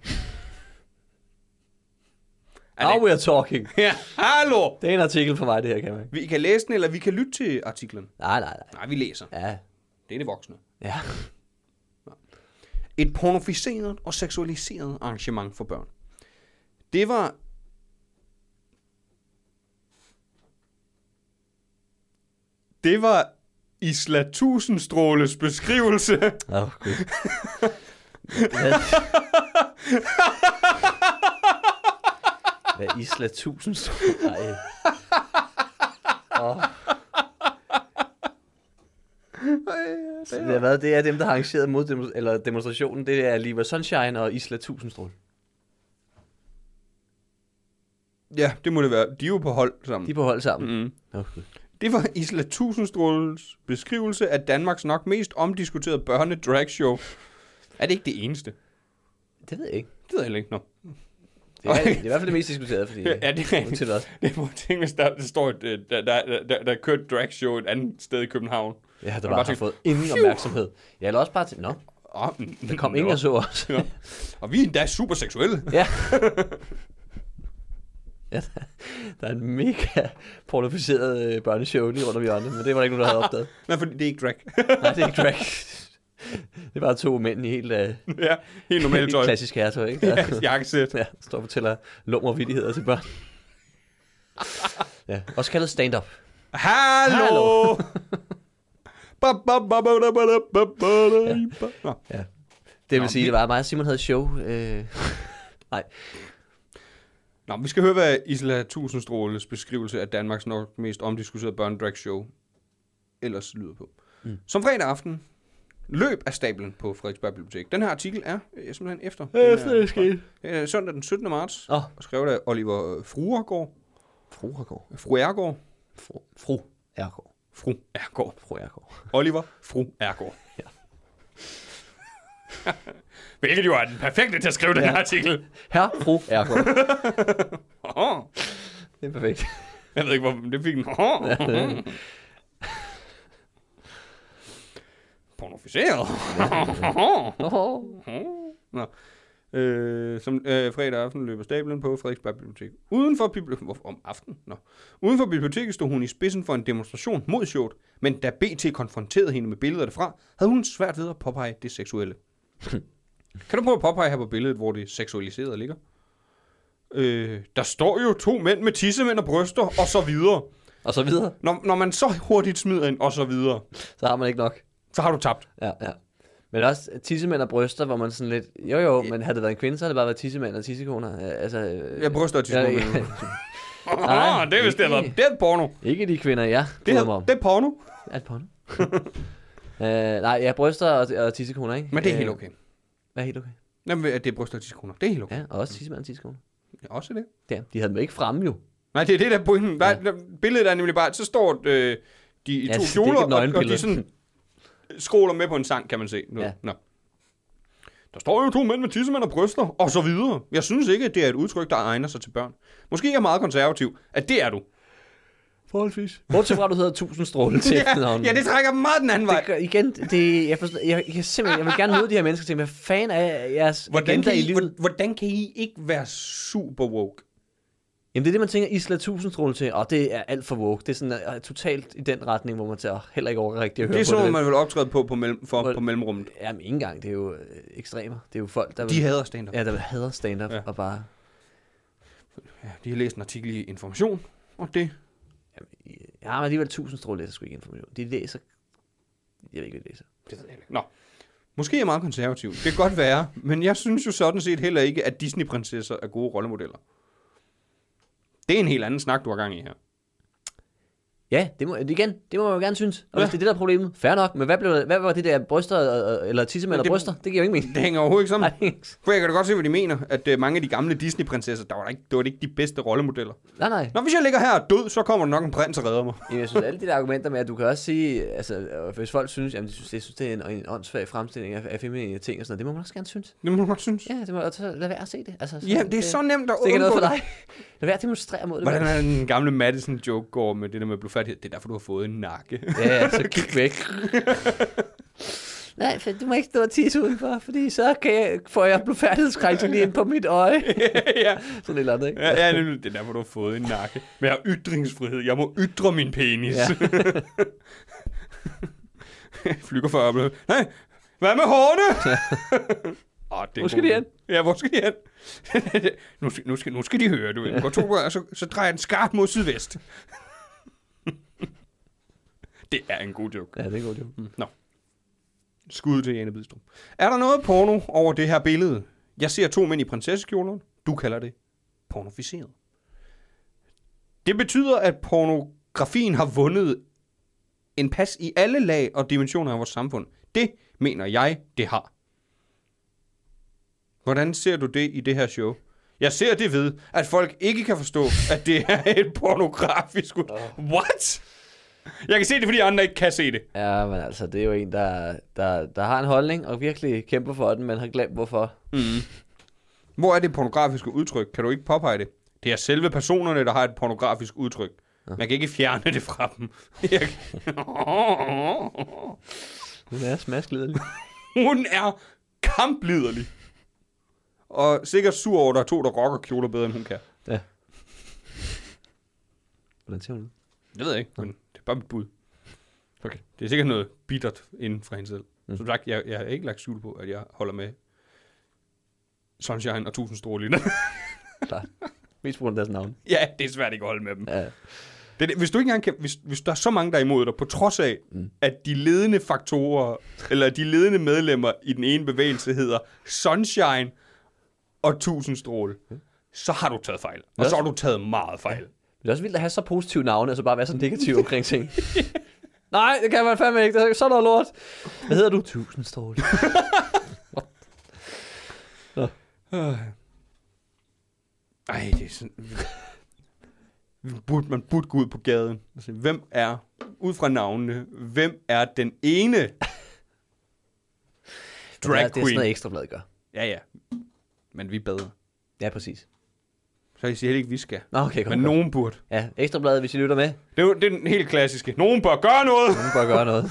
Now we are talking. Ja, hallo! Det er en artikel for mig, det her, kan man. Vi kan læse den, eller vi kan lytte til artiklen. Nej, nej, nej. Nej, vi læser. Ja. Det er det voksne. Ja. Et pornoficeret og seksualiseret arrangement for børn. Det var... Det var Isla Tusindstråles beskrivelse. Åh, oh, gud. Hvad? Hvad er Isla Tusindstråle? Nej. Åh. Så det, er, hvad, det er dem, der har arrangeret mod dem, eller demonstrationen. Det er Liva Sunshine og Isla Tusindstråle. Ja, det må det være. De er jo på hold sammen. De er på hold sammen. Mm. Okay. Det var Isla Tusindstråles beskrivelse af Danmarks nok mest omdiskuterede børne-dragshow. Er det ikke det eneste? Det ved jeg ikke. Det ved jeg heller ikke. Nå. Det er, det er i hvert fald det mest diskuterede, fordi... Ja, det er rigtigt. Det er på ting, hvis der, der står et, der, der, der, der, der kørt et dragshow et andet sted i København. Ja, der bare, bare har fået ingen opmærksomhed. Jeg eller også bare til... Nå, oh, der kom ingen og så os. Ja. Og vi er endda super seksuelle. Ja. Ja, der, der er en mega pornoficeret øh, børneshow lige rundt om hjørnet, men det var der ikke nogen, der havde opdaget. Nej, for det er ikke drag. Nej, det er ikke drag. Det er bare to mænd i helt, uh, ja, helt normalt tøj. Klassisk herretøj, ikke? Ja, jakkesæt. Ja, står og fortæller lummer vittigheder til børn. Ja, også kaldet stand-up. Hallo! Ja. Ja. Det vil sige, det var mig og Simon havde show. Øh... Nej. Nå, vi skal høre, hvad Isla Tusindstråles beskrivelse af Danmarks nok mest omdiskuterede børnedragshow ellers lyder på. Mm. Som fredag aften løb af stablen på Frederiksberg Bibliotek. Den her artikel er øh, simpelthen efter. Efter det skete. Øh, søndag den syttende marts. Oh. Og skrevet af Oliver Fruergaard. Fruergaard. Fru Ergaard. Fru. Fru Ergaard. Fru Ergaard. Fru Ergaard. Oliver Fru Ergaard. Ja. Hvilket jo er den perfekte til at skrive ja. den her artikel. Herr Fru Ergaard. oh. Det er perfekt. Jeg ved ikke, hvor det fik en... Oh. Pornoficeret. Nå. Øh, som øh, fredag aften løber stablen på Frederiksberg Bibliotek. Uden for biblioteket... Om aftenen? Nå. Uden for biblioteket stod hun i spidsen for en demonstration mod showet, men da B T konfronterede hende med billeder derfra, havde hun svært ved at påpege det seksuelle. Kan du prøve at påpege her på billedet, hvor det seksualiserede ligger? Øh, der står jo to mænd med tissemænd og bryster, og så videre. Og så videre. Når, når man så hurtigt smider ind, og så videre, så har man ikke nok. Så har du tabt. Ja, ja. Men også tissemænd og bryster, hvor man sådan lidt... Jo, jo, men havde det været en kvinde, så havde det bare været tissemænd og tissekoner. Altså, ja, bryster og tissekoner. Ja, ja. oh, det er vist det, det er porno. Ikke de kvinder, ja. Det er, det er porno. Er det porno? uh, nej, ja, bryster og, og tissekoner, ikke? Men det er helt okay. Hvad er helt okay? Jamen, det er bryster og tissekoner. Det er helt okay. Ja, og også tissemænd og tissekoner. Ja, også det. Ja, de havde dem ikke fremme jo. Nej, det er det der pointen. Ja. Der, billedet er nemlig bare, så står øh, de i ja, to kjoler, og, og de sådan skråler med på en sang, kan man se. Nu. Ja. Nå. Der står jo to mænd med tissemænd og bryster, og så videre. Jeg synes ikke, at det er et udtryk, der egner sig til børn. Måske er jeg meget konservativ, at det er du. Forholdsvis. Bortset fra, at du hedder Tusindstråle til ja, ja, det trækker meget den anden vej. Det gør, igen, det, jeg, forstår, jeg, jeg, simpelthen, jeg vil gerne møde de her mennesker til, hvad fanden er jeres agenda i livet? Hvordan kan I ikke være super woke? Jamen det er det, man tænker Isla Tusindstråle til, og det er alt for woke. Det er sådan uh, totalt i den retning, hvor man tager heller ikke over rigtigt at høre på det. Det er sådan, man vil optræde på på, mellem, for, hvor, på mellemrummet. Jamen ikke engang, det er jo øh, ekstremer. Det er jo folk, der de vil... hader stand-up. Ja, der vil hader stand-up ja. Og bare... Ja, de har læst en artikel i Information, og det... Jamen, ja, men alligevel Tusindstråle læser sgu ikke Information. De læser... Jeg ved ikke, hvad de læser. Det ved jeg ikke. Nå. Måske er jeg meget konservativ. Det kan godt være, men jeg synes jo sådan set heller ikke, at Disney-prinsesser er gode rollemodeller. Det er en helt anden snak, du har gang i her. Ja, det må, igen, det må man jo gerne synes. Og ja. Hvis det er det, der er problemet, fair nok. Men hvad, blev, hvad var det der bryster, eller tissemænd og bryster? Det giver jo ikke mening. Det hænger overhovedet ikke sammen. Nej, for jeg kan da godt se, hvad de mener. At uh, mange af de gamle Disney-prinsesser, der var der ikke, det var ikke de bedste rollemodeller. Nej, nej. Når hvis jeg ligger her død, så kommer der nok en prins og redder mig. Jamen, jeg synes, alle de der argumenter med, at du kan også sige, altså, hvis folk synes, jamen, de synes, jeg synes det er en, en åndssvag fremstilling af, af feminine ting og sådan noget, det må man også gerne synes. Det må man godt synes. Ja, det må også lade være at se det. Altså, ja, det er det, så nemt at undgå. Det er noget for dig. Lad være at demonstrere mod det. Hvordan er den gamle Madison-joke går med det der med blodfattighed? Det er derfor, du har fået en nakke. Ja, så kig væk. Nej, for du må ikke stå og tisse udenfor, fordi så kan jeg, får jeg blodfærdighedskrænkelse lige ind på mit øje. Ja. Sådan et eller andet, ikke? Ja, ja, det er derfor, du har fået en nakke. Men jeg har ytringsfrihed. Jeg må ytre min penis. Ja. Flyger for øjeblikket. Nej, hvad med hårene? Ja. Oh, hvor skal de hen? Ja, hvor skal de hen? nu, skal, nu, skal, nu skal de høre, du ved. Går to og så, så drejer den skarpt mod sydvest. Det er en god joke. Ja, det er en god joke. Mm. Nå. Skud til Jane Bidstrup. Er der noget porno over det her billede? Jeg ser to mænd i prinsessekjoler. Du kalder det pornoficeret. Det betyder, at pornografien har vundet en pas i alle lag og dimensioner af vores samfund. Det mener jeg, det har. Hvordan ser du det i det her show? Jeg ser det ved, at folk ikke kan forstå, at det er et pornografisk... What? Jeg kan se det, fordi andre ikke kan se det. Ja, men altså, det er jo en, der, der, der har en holdning og virkelig kæmper for den, men har glemt hvorfor. Mm. Hvor er det pornografiske udtryk? Kan du ikke påpege det? Det er selve personerne, der har et pornografisk udtryk. Ja. Man kan ikke fjerne det fra dem. Hun er smaskliderlig. Hun er kampliderlig. Og sikkert sur over, der er to, der rocker kjoler bedre, end hun kan. Ja. Hvordan ser hun ud? Det ved jeg ikke, men det er bare mit bud. Okay. Det er sikkert noget bittert inden fra hende selv. Mm. Som sagt, jeg, jeg har ikke lagt skjul på, at jeg holder med Sunshine og Tusindstråle. Klart. Mest på grund af deres navn. Ja, det er svært ikke at holde med dem. Ja. Det, hvis du ikke engang kan, hvis, hvis der er så mange, der er imod dig, på trods af, mm. at de ledende faktorer, eller de ledende medlemmer i den ene bevægelse hedder Sunshine og Tusindstråle, mm. så har du taget fejl. Og så har du taget meget fejl. Det er også vildt at have så positive navne, og så bare være så negativ omkring ting. Nej, det kan man fandme ikke. Det er sådan noget lort. Hvad hedder du? Tusindstråle. Ej, det er sådan... Burde, man burde gå ud på gaden og sige, hvem er, ud fra navnene, hvem er den ene drag det er, det er queen? sådan noget Ekstrabladet gør. Ja, ja. Men vi er bedre. Ja, præcis. Så jeg siger heller ikke, vi skal. Nå, okay, kom, Men kom. nogen burde. Ja, Ekstrabladet, hvis I lytter med. Det er, jo, det er den helt klassiske. Nogen bør gøre noget. Nogen bør gøre noget.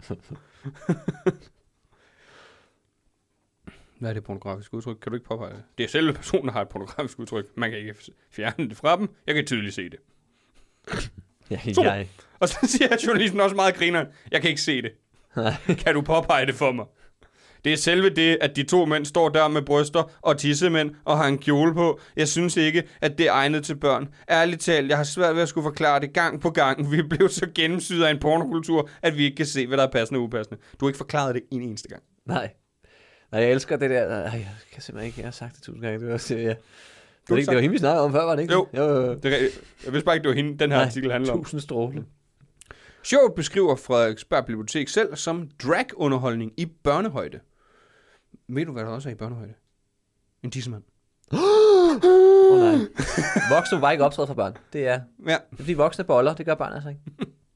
Hvad er det pornografisk udtryk? Kan du ikke påpege det? Det er selve personen, der har et pornografisk udtryk. Man kan ikke fjerne det fra dem. Jeg kan tydeligt se det. ja, Super. jeg... Og så siger journalisten også meget grineren. Jeg kan ikke se det. Kan du påpege det for mig? Det er selve det, at de to mænd står der med bryster og tissemænd og har en kjole på. Jeg synes ikke, at det er egnet til børn. Ærligt talt, jeg har svært ved at skulle forklare det gang på gang. Vi er blevet så gennemsyret af en pornokultur, at vi ikke kan se, hvad der er passende og upassende. Du har ikke forklaret det en eneste gang. Nej. Nej, jeg elsker det der. Ej, jeg kan simpelthen ikke. Jeg har sagt det tusind gange. Det var, også, ja. det var, ikke, det var hende, vi snakkede om før, var det ikke? Jo. jo, jo. Det er, jeg vidste bare ikke, det var hende, den her Nej, artikel handler om. Tusind stråle. Showet beskriver Frederiksberg Bibliotek selv som drag-underholdning i børnehøjde. Ved du, hvad der også er i børnehøjde? En tissemand. Åh oh, nej. Voksne må bare ikke optræde for børn. Det er, Ja. det er fordi voksne boller, det gør børn altså ikke.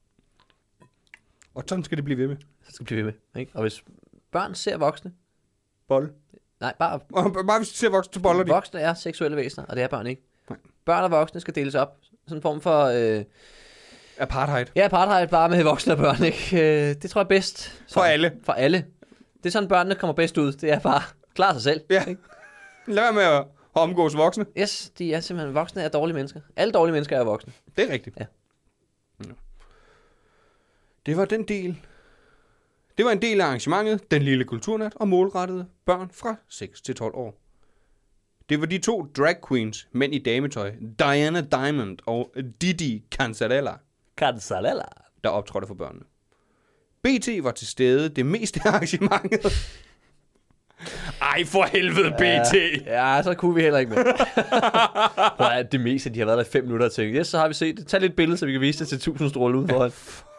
Og sådan skal det blive ved med. Så skal vi blive ved med. Ikke? Og hvis børn ser voksne, Bolle. nej, bare Og bare hvis du ser voksne, så boller de. voksne er seksuelle væsener, og det er børn ikke. Nej. Børn og voksne skal deles op. Sådan en form for, øh, Apartheid. ja, apartheid bare med voksne og børn, ikke? Øh, det tror jeg er bedst. For Sådan. alle. For alle. Det er sådan, børnene kommer bedst ud. Det er bare klare sig selv. Ja. Ikke? Lad være med at omgås voksne. Yes, de er simpelthen voksne er dårlige mennesker. Alle dårlige mennesker er voksne. Det er rigtigt. Ja. Ja. Det var den del. Det var en del af arrangementet, Den Lille Kulturnat, og målrettede børn fra seks til tolv år. Det var de to drag queens, mænd i dametøj, Diana Diamond og Didi Canzarella, Canzarella. der optrådte for børnene. B T var til stede det meste af arrangementet. Ej, for helvede, B T! Ja, så kunne vi heller ikke med. Hvor er det meste, de har været der i fem minutter og tænkt, yes, så har vi set det. Tag lidt billede, så vi kan vise det til tusind stråle ude foran.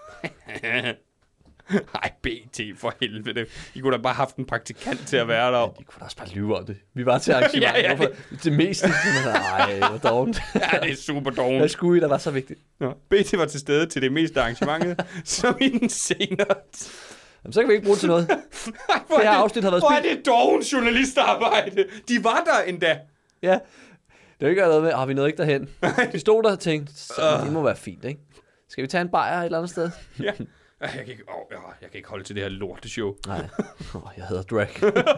Ej, B T, for helvede. I kunne da bare have haft en praktikant til at være der. De kunne da også bare lyve om det. Vi var til arrangement. Ja, ja. Hvorfor? Det meste. Nej, hvor dårligt. Ja, det er super Hvad dårligt. skulle I, der var så vigtigt? Ja. B T var til stede til det meste af arrangementet, som i den senere... Jamen, så kan vi ikke bruge det til noget. Ej, hvor Det her er afsnit har været Hvor er spildt. det doven journalistarbejde? De var der endda. Ja. Det er jo ikke noget med, har vi noget ikke derhen? Vi stod der og tænkte, så det må være fint, ikke? Skal vi tage en bajer et eller andet sted? Ja. Ej, Jeg kan, ikke, åh, jeg, jeg kan ikke holde til det her lorteshow. Nej. Oh, jeg hedder drag.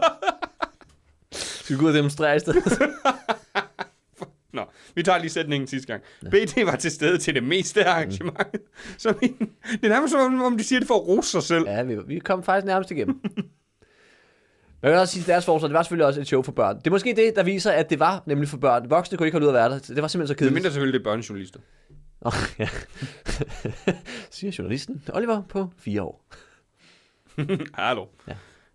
Skal vi gå ud og demonstrere i stedet? Nå, vi tager lige sætningen sidste gang. Ja. B T var til stede til det meste af arrangementet. Mm. Som i, det er nærmest som om de siger det for at rose sig selv. Ja, vi, vi kom faktisk nærmest igennem. Men jeg vil også sige, at deres forslag, det var selvfølgelig også et show for børn. Det er måske det, der viser, at det var nemlig for børn. Voksne kunne ikke holde ud at være der. Det var simpelthen så Det kedeligt. mindre selvfølgelig det er børnejournalister. Oh, ja. Siger journalisten. Oliver på fire år. Hallo. Ja.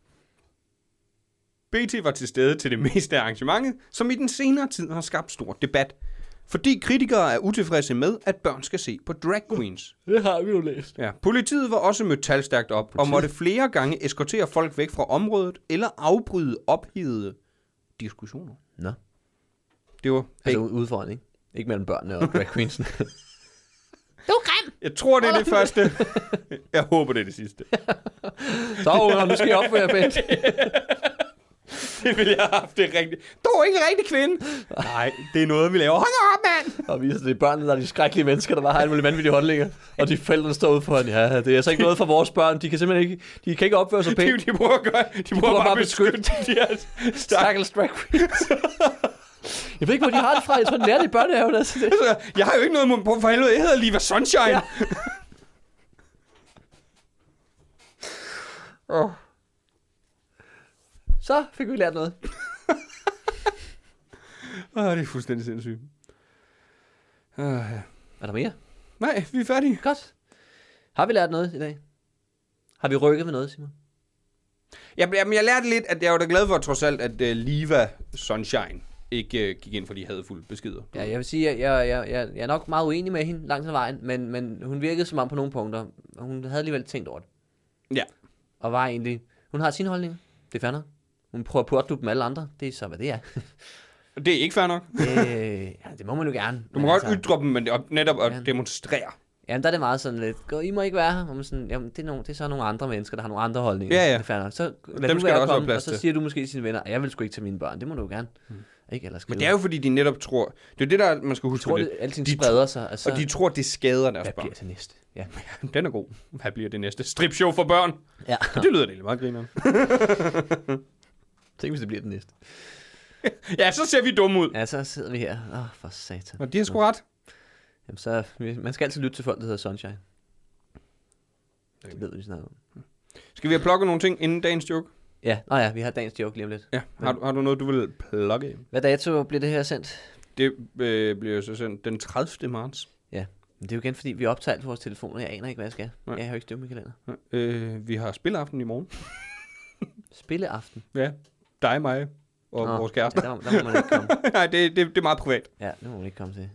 B T var til stede til det meste af arrangementet, som i den senere tid har skabt stor debat. Fordi kritikere er utilfredse med, at børn skal se på drag queens. Det har vi jo læst. Ja, politiet var også mødt talstærkt op, politiet. og måtte flere gange eskortere folk væk fra området, eller afbryde ophedede diskussioner. Nå. Det var Altså ude foran, ikke? Ikke mellem børnene og drag queens. Du er grim. Jeg tror, det er det første. Jeg håber, det er det sidste. Så unger, nu skal I opføre jer pænt. Det ville jeg have haft det rigtigt. Du er ikke en rigtig kvinde. Nej, det er noget, vi laver. Hold op, mand! Og viser, det er børnene, der er de skrækkelige mennesker, der bare har alle mulige vanvittige holdninger. Og de forældre, der står ude foran, ja, det er altså ikke noget for vores børn. De kan simpelthen ikke, de kan ikke opføre sig pænt. De, de prøver at gøre, de, de prøver, prøver bare at beskytte de her stak. Stakkels drag queens. Jeg ved ikke, hvor de har det fra. Jeg tror, de lærer det i børnehaven. Altså det. Jeg har jo ikke noget på for helvede. Jeg hedder Liva Sunshine. Ja. Oh. Så fik vi lært noget. Åh, det er fuldstændig sindssygt. Uh, ja. Er der mere? Nej, vi er færdige. Godt. Har vi lært noget i dag? Har vi rykket med noget, Simon? Jamen, jeg lærte lidt, at jeg var da glad for trods alt, at uh, Liva Sunshine ikke uh, gik ind for de hadfulde beskeder. Ja, jeg vil sige, at jeg, jeg, jeg, jeg er nok meget uenig med hende langt ad vejen, men, men hun virkede som om på nogle punkter. Hun havde alligevel tænkt over det. Ja. Og var egentlig... Hun har sine holdninger. Det er fair nok. Hun prøver at pådutte dem alle andre. Det er så, hvad det er. Det er ikke fair nok. øh, ja, det må man jo gerne. Du må godt altså, ytre dem, men det er netop at ja. demonstrere. Jamen, der er det meget sådan lidt, I må ikke være her. Og man sådan, jamen, det, er nogle, det er så nogle andre mennesker, der har nogle andre holdninger. Ja, ja. Det er fair nok. Så lad dem du skal der også komme, være og så til. siger du måske til sine venner, jeg vil sgu ikke til mine børn. Det må du jo gerne. Hmm. Ikke, ellers men det er jo fordi, de netop tror... Det er det, der man skal huske. De tror, det. det, alting de spreder sig. Altså, og de tror, det skader deres hvad børn. Hvad bliver det næste? Ja. Den er god. Hvad bliver det næste? Stripshow for børn? Ja. Det lyder lidt meget grineren. Tænk, hvis det bliver det næste. Ja, så ser vi dumme ud. Ja, så sidder vi her. Åh, oh, for satan. Og de har sgu ret. Jamen, så... Man skal altid lytte til folk, der hedder Sunshine. Det ved vi snart om. Skal vi have plukket nogle ting inden dagens joke? Ja, nå ja, vi har dagens joke lige om lidt. Ja, har, du, har du noget, du vil plukke? Hvad dato bliver det her sendt? Det øh, bliver så sendt den tredivte marts. Ja, men det er jo igen, fordi vi optager på vores telefoner. Jeg aner ikke, hvad jeg skal. Nej. Jeg har jo ikke styr på min kalender. Øh, vi har spilleaften i morgen. Spilleaften? Ja, dig, mig og Nå, vores kærester. Ja, der, der må man ikke komme. Nej, det, det, det er meget privat. Ja, det må man ikke komme til.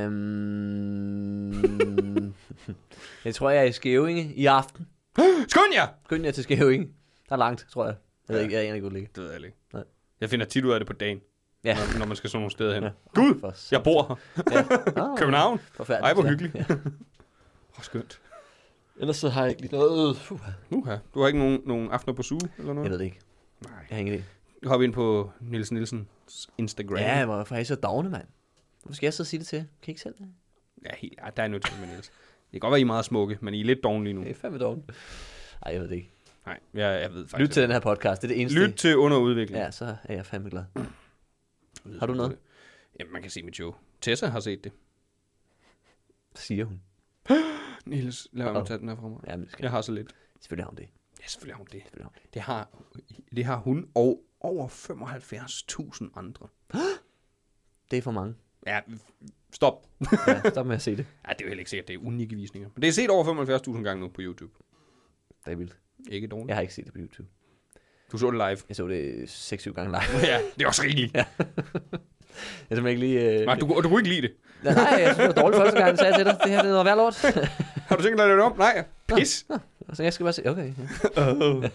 Øhm... jeg tror, jeg er i Skævinge i aften. Skynd jer! Skynd jer til Skævinge. Der er langt, tror jeg. Jeg ved Ja. ikke, jeg aner ikke, hvor det ligger. Det ved jeg ikke. Nej. Jeg finder tit ud af det på dagen, Ja. når, når man skal sådan nogle steder hen. Ja. Gud, For jeg bor her. Ja. Oh, København. Forfærdeligt. Ej, hvor ja. hyggeligt. Ja. Hvor skønt. Ellers så har jeg ikke lige noget. Uh. Uha. Du har ikke nogen, nogen aftener på suge, eller noget? Jeg ved det ikke. Nej. Jeg har ingen idé. Du hopper ind på Niels Nielsens Instagram. Ja, hvorfor er I så dogne, mand? Hvorfor skal jeg så sige det til? Kan I ikke selv det? Ja, helt, ja, der er nødt til med Niels. Det kan godt være, I er meget smukke, men I er lidt dogne lige nu. Det er fandme dogne. Ej, jeg ved det ikke. Nej, jeg, jeg ved faktisk Lyt til den her podcast, det er det eneste. Lyt til underudvikling. Ja, så er jeg fandme glad. Har du noget? Jamen, man kan se mit show. Tessa har set det. Siger hun. Niels, lad mig Uh-oh. tage den her fra mig. Ja, men det skal Jeg har så lidt. Selvfølgelig har hun det. Ja, selvfølgelig har hun det. Selvfølgelig har hun det. Det har, det har hun og over femoghalvfjerds tusind andre. Det er for mange. Ja, stop. Ja, stop med at se det. Ja, det er jo heller ikke sikkert, det er unikke visninger. Men det er set over femoghalvfjerds tusind gange nu på YouTube. Det er vildt. Ikke dårligt. Jeg har ikke set det på YouTube. Du så det live. Jeg så det seks syv gange live. Ja, det er også rigeligt. Ja. Jeg simpelthen ikke lige... Øh... Nej, du, du kunne ikke lide det. Nej, jeg synes, det var dårligt første gang, jeg sagde til dig. Det her det er noget værd lort. Har du tænkt dig at lave det om? Nej, pis. Så jeg skal bare se... Okay. Ja.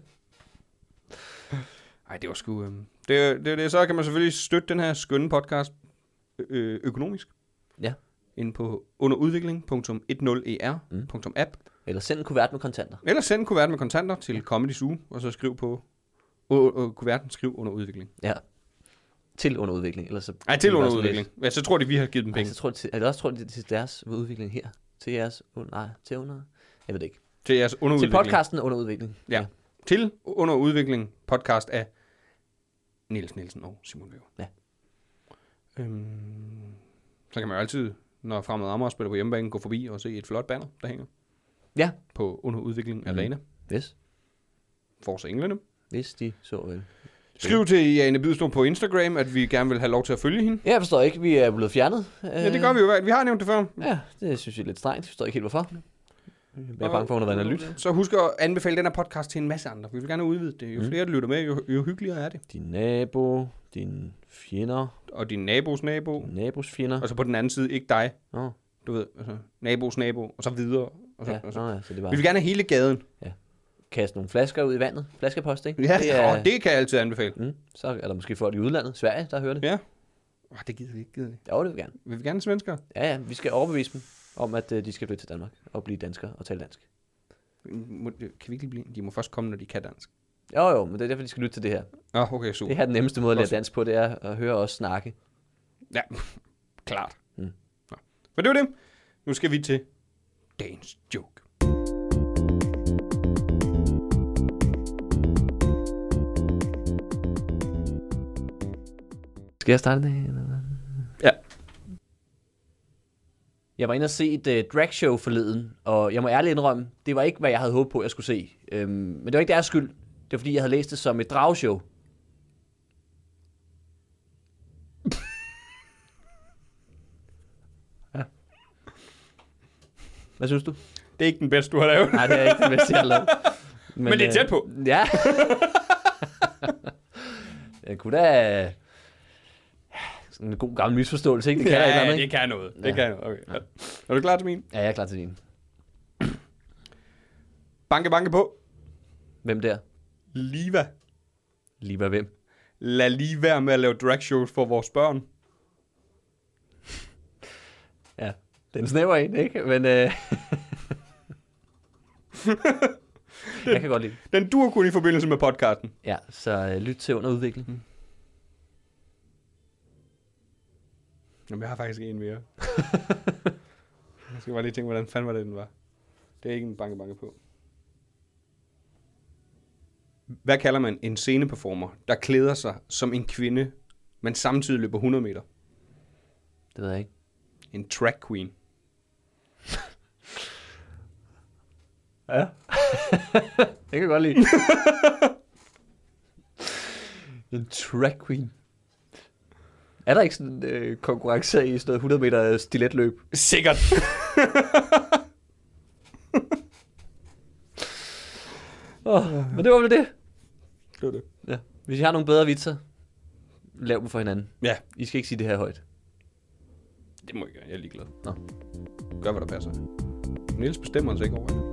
Ej, det var sgu... Øhm, det, det, det, så kan man selvfølgelig støtte den her skønne podcast øh, økonomisk. Ja. Inde på underudvikling punktum ti er punktum app. Eller send en kuvert med kontanter. Eller send en kuvert med kontanter til Comedy Zoo, og så skriv på... Og, og kuverten skriv under udvikling. Ja. Til underudvikling. Ellers så Nej, til under udvikling. Ja, så tror de, vi har givet dem Nej, penge. så tror de til, eller også tror de, det er til deres udvikling her. Til jeres... Uh, nej, til under... Jeg ved det ikke. Til jeres Til underudvikling. podcasten underudvikling. Ja. ja. Til underudvikling podcast af Niels Nielsen og Simon Væver. Ja. Øhm, så kan man jo altid, når Fremad Amager spiller på hjemmebane, gå forbi og se et flot banner, der hænger Ja. på underudvikling Mm. arena. Hvis. Forza Englene. Hvis de så vel. Skriv til Jane Bydstrup på Instagram, at vi gerne vil have lov til at følge hende. Ja, jeg forstår ikke. Vi er blevet fjernet. Ja, det gør vi jo. Vi har nævnt det før. Ja, det synes jeg er lidt strengt. Jeg forstår ikke helt, hvorfor. Jeg er bange for, at hun har været inde og lytte. Så husk at anbefale den her podcast til en masse andre. Vi vil gerne udvide det. Jo Mm. flere, der lytter med, jo, jo hyggeligere er det. Din nabo, dine fjender, Og din nabos nabo. din nabos fjender. Og så på den anden side, ikke dig. Nå, Du ved, altså, nabos nabo, og så videre. Og så, ja, og så. nå ja, så det er Vi bare vil gerne have hele gaden. kaste nogle flasker ud i vandet. Flaskepost, ikke? Ja, det er, og det kan jeg altid anbefale. mm, så er der måske folk i udlandet. Sverige, der hører det. Ja. Oh, det gider vi ikke, gider vi. Jo, det vil vi gerne. Vil vi gerne svenskere? Ja, ja, vi skal overbevise dem om, at uh, de skal flytte til Danmark og blive danskere og tale dansk. Må, kan vi ikke lige blive? De må først komme, når de kan dansk. Jo, jo, men det er derfor, de skal lytte til det her. Nå, oh, okay, super. Det her er den nemmeste måde at lære Godt. dansk på, det er at høre os snakke. Ja, klart. Mm. Nå. Men det var det. Nu skal vi til dagens joke. Skal jeg starte det? Eller hvad? Ja. Jeg var inde og se et uh, dragshow forleden, og jeg må ærligt indrømme, det var ikke, hvad jeg havde håbet på, jeg skulle se. Øhm, men det var ikke deres skyld. Det var, fordi jeg havde læst det som et dragshow. Ja. Hvad synes du? Det er ikke den bedste, du har lavet. Nej, det er ikke det bedste, jeg har lavet. Men, Men det er tæt på. Øh, ja. Jeg kunne da... Sådan en god gammel misforståelse, ikke? Det kan ja, et eller andet, det ikke? kan noget. Det Ja. kan noget. Okay. Ja. Er du klar til min? Ja, jeg er klar til din. Banke, banke på. Hvem der? Liva. Lige hvad hvem? Lad lige være med at lave drag shows for vores børn. Ja, den snæver en, ikke? Men øh... jeg kan godt lide den. Den dur kun i forbindelse med podcasten. Ja, så øh, lyt til under udvikling. Mm. Jamen, jeg har faktisk en mere. Jeg skal bare lige tænke, hvordan fanden var det, den var. Det er ikke en banke, banke på. Hvad kalder man en sceneperformer, der klæder sig som en kvinde, men samtidig løber hundrede meter? Det ved jeg ikke. En track queen. Ja. det kan jeg godt lide. En track queen. Er der ikke sådan en øh, konkurrence i sådan noget hundrede meter stiletløb? Sikkert. oh, men det var vel det. Det var det. Ja. Hvis I har nogle bedre vitser, lav dem for hinanden. Ja, I skal ikke sige det her højt. det må jeg gøre. Jeg er ligeglad. Nå. Gør, hvad der passer. Niels bestemmer sig ikke over det.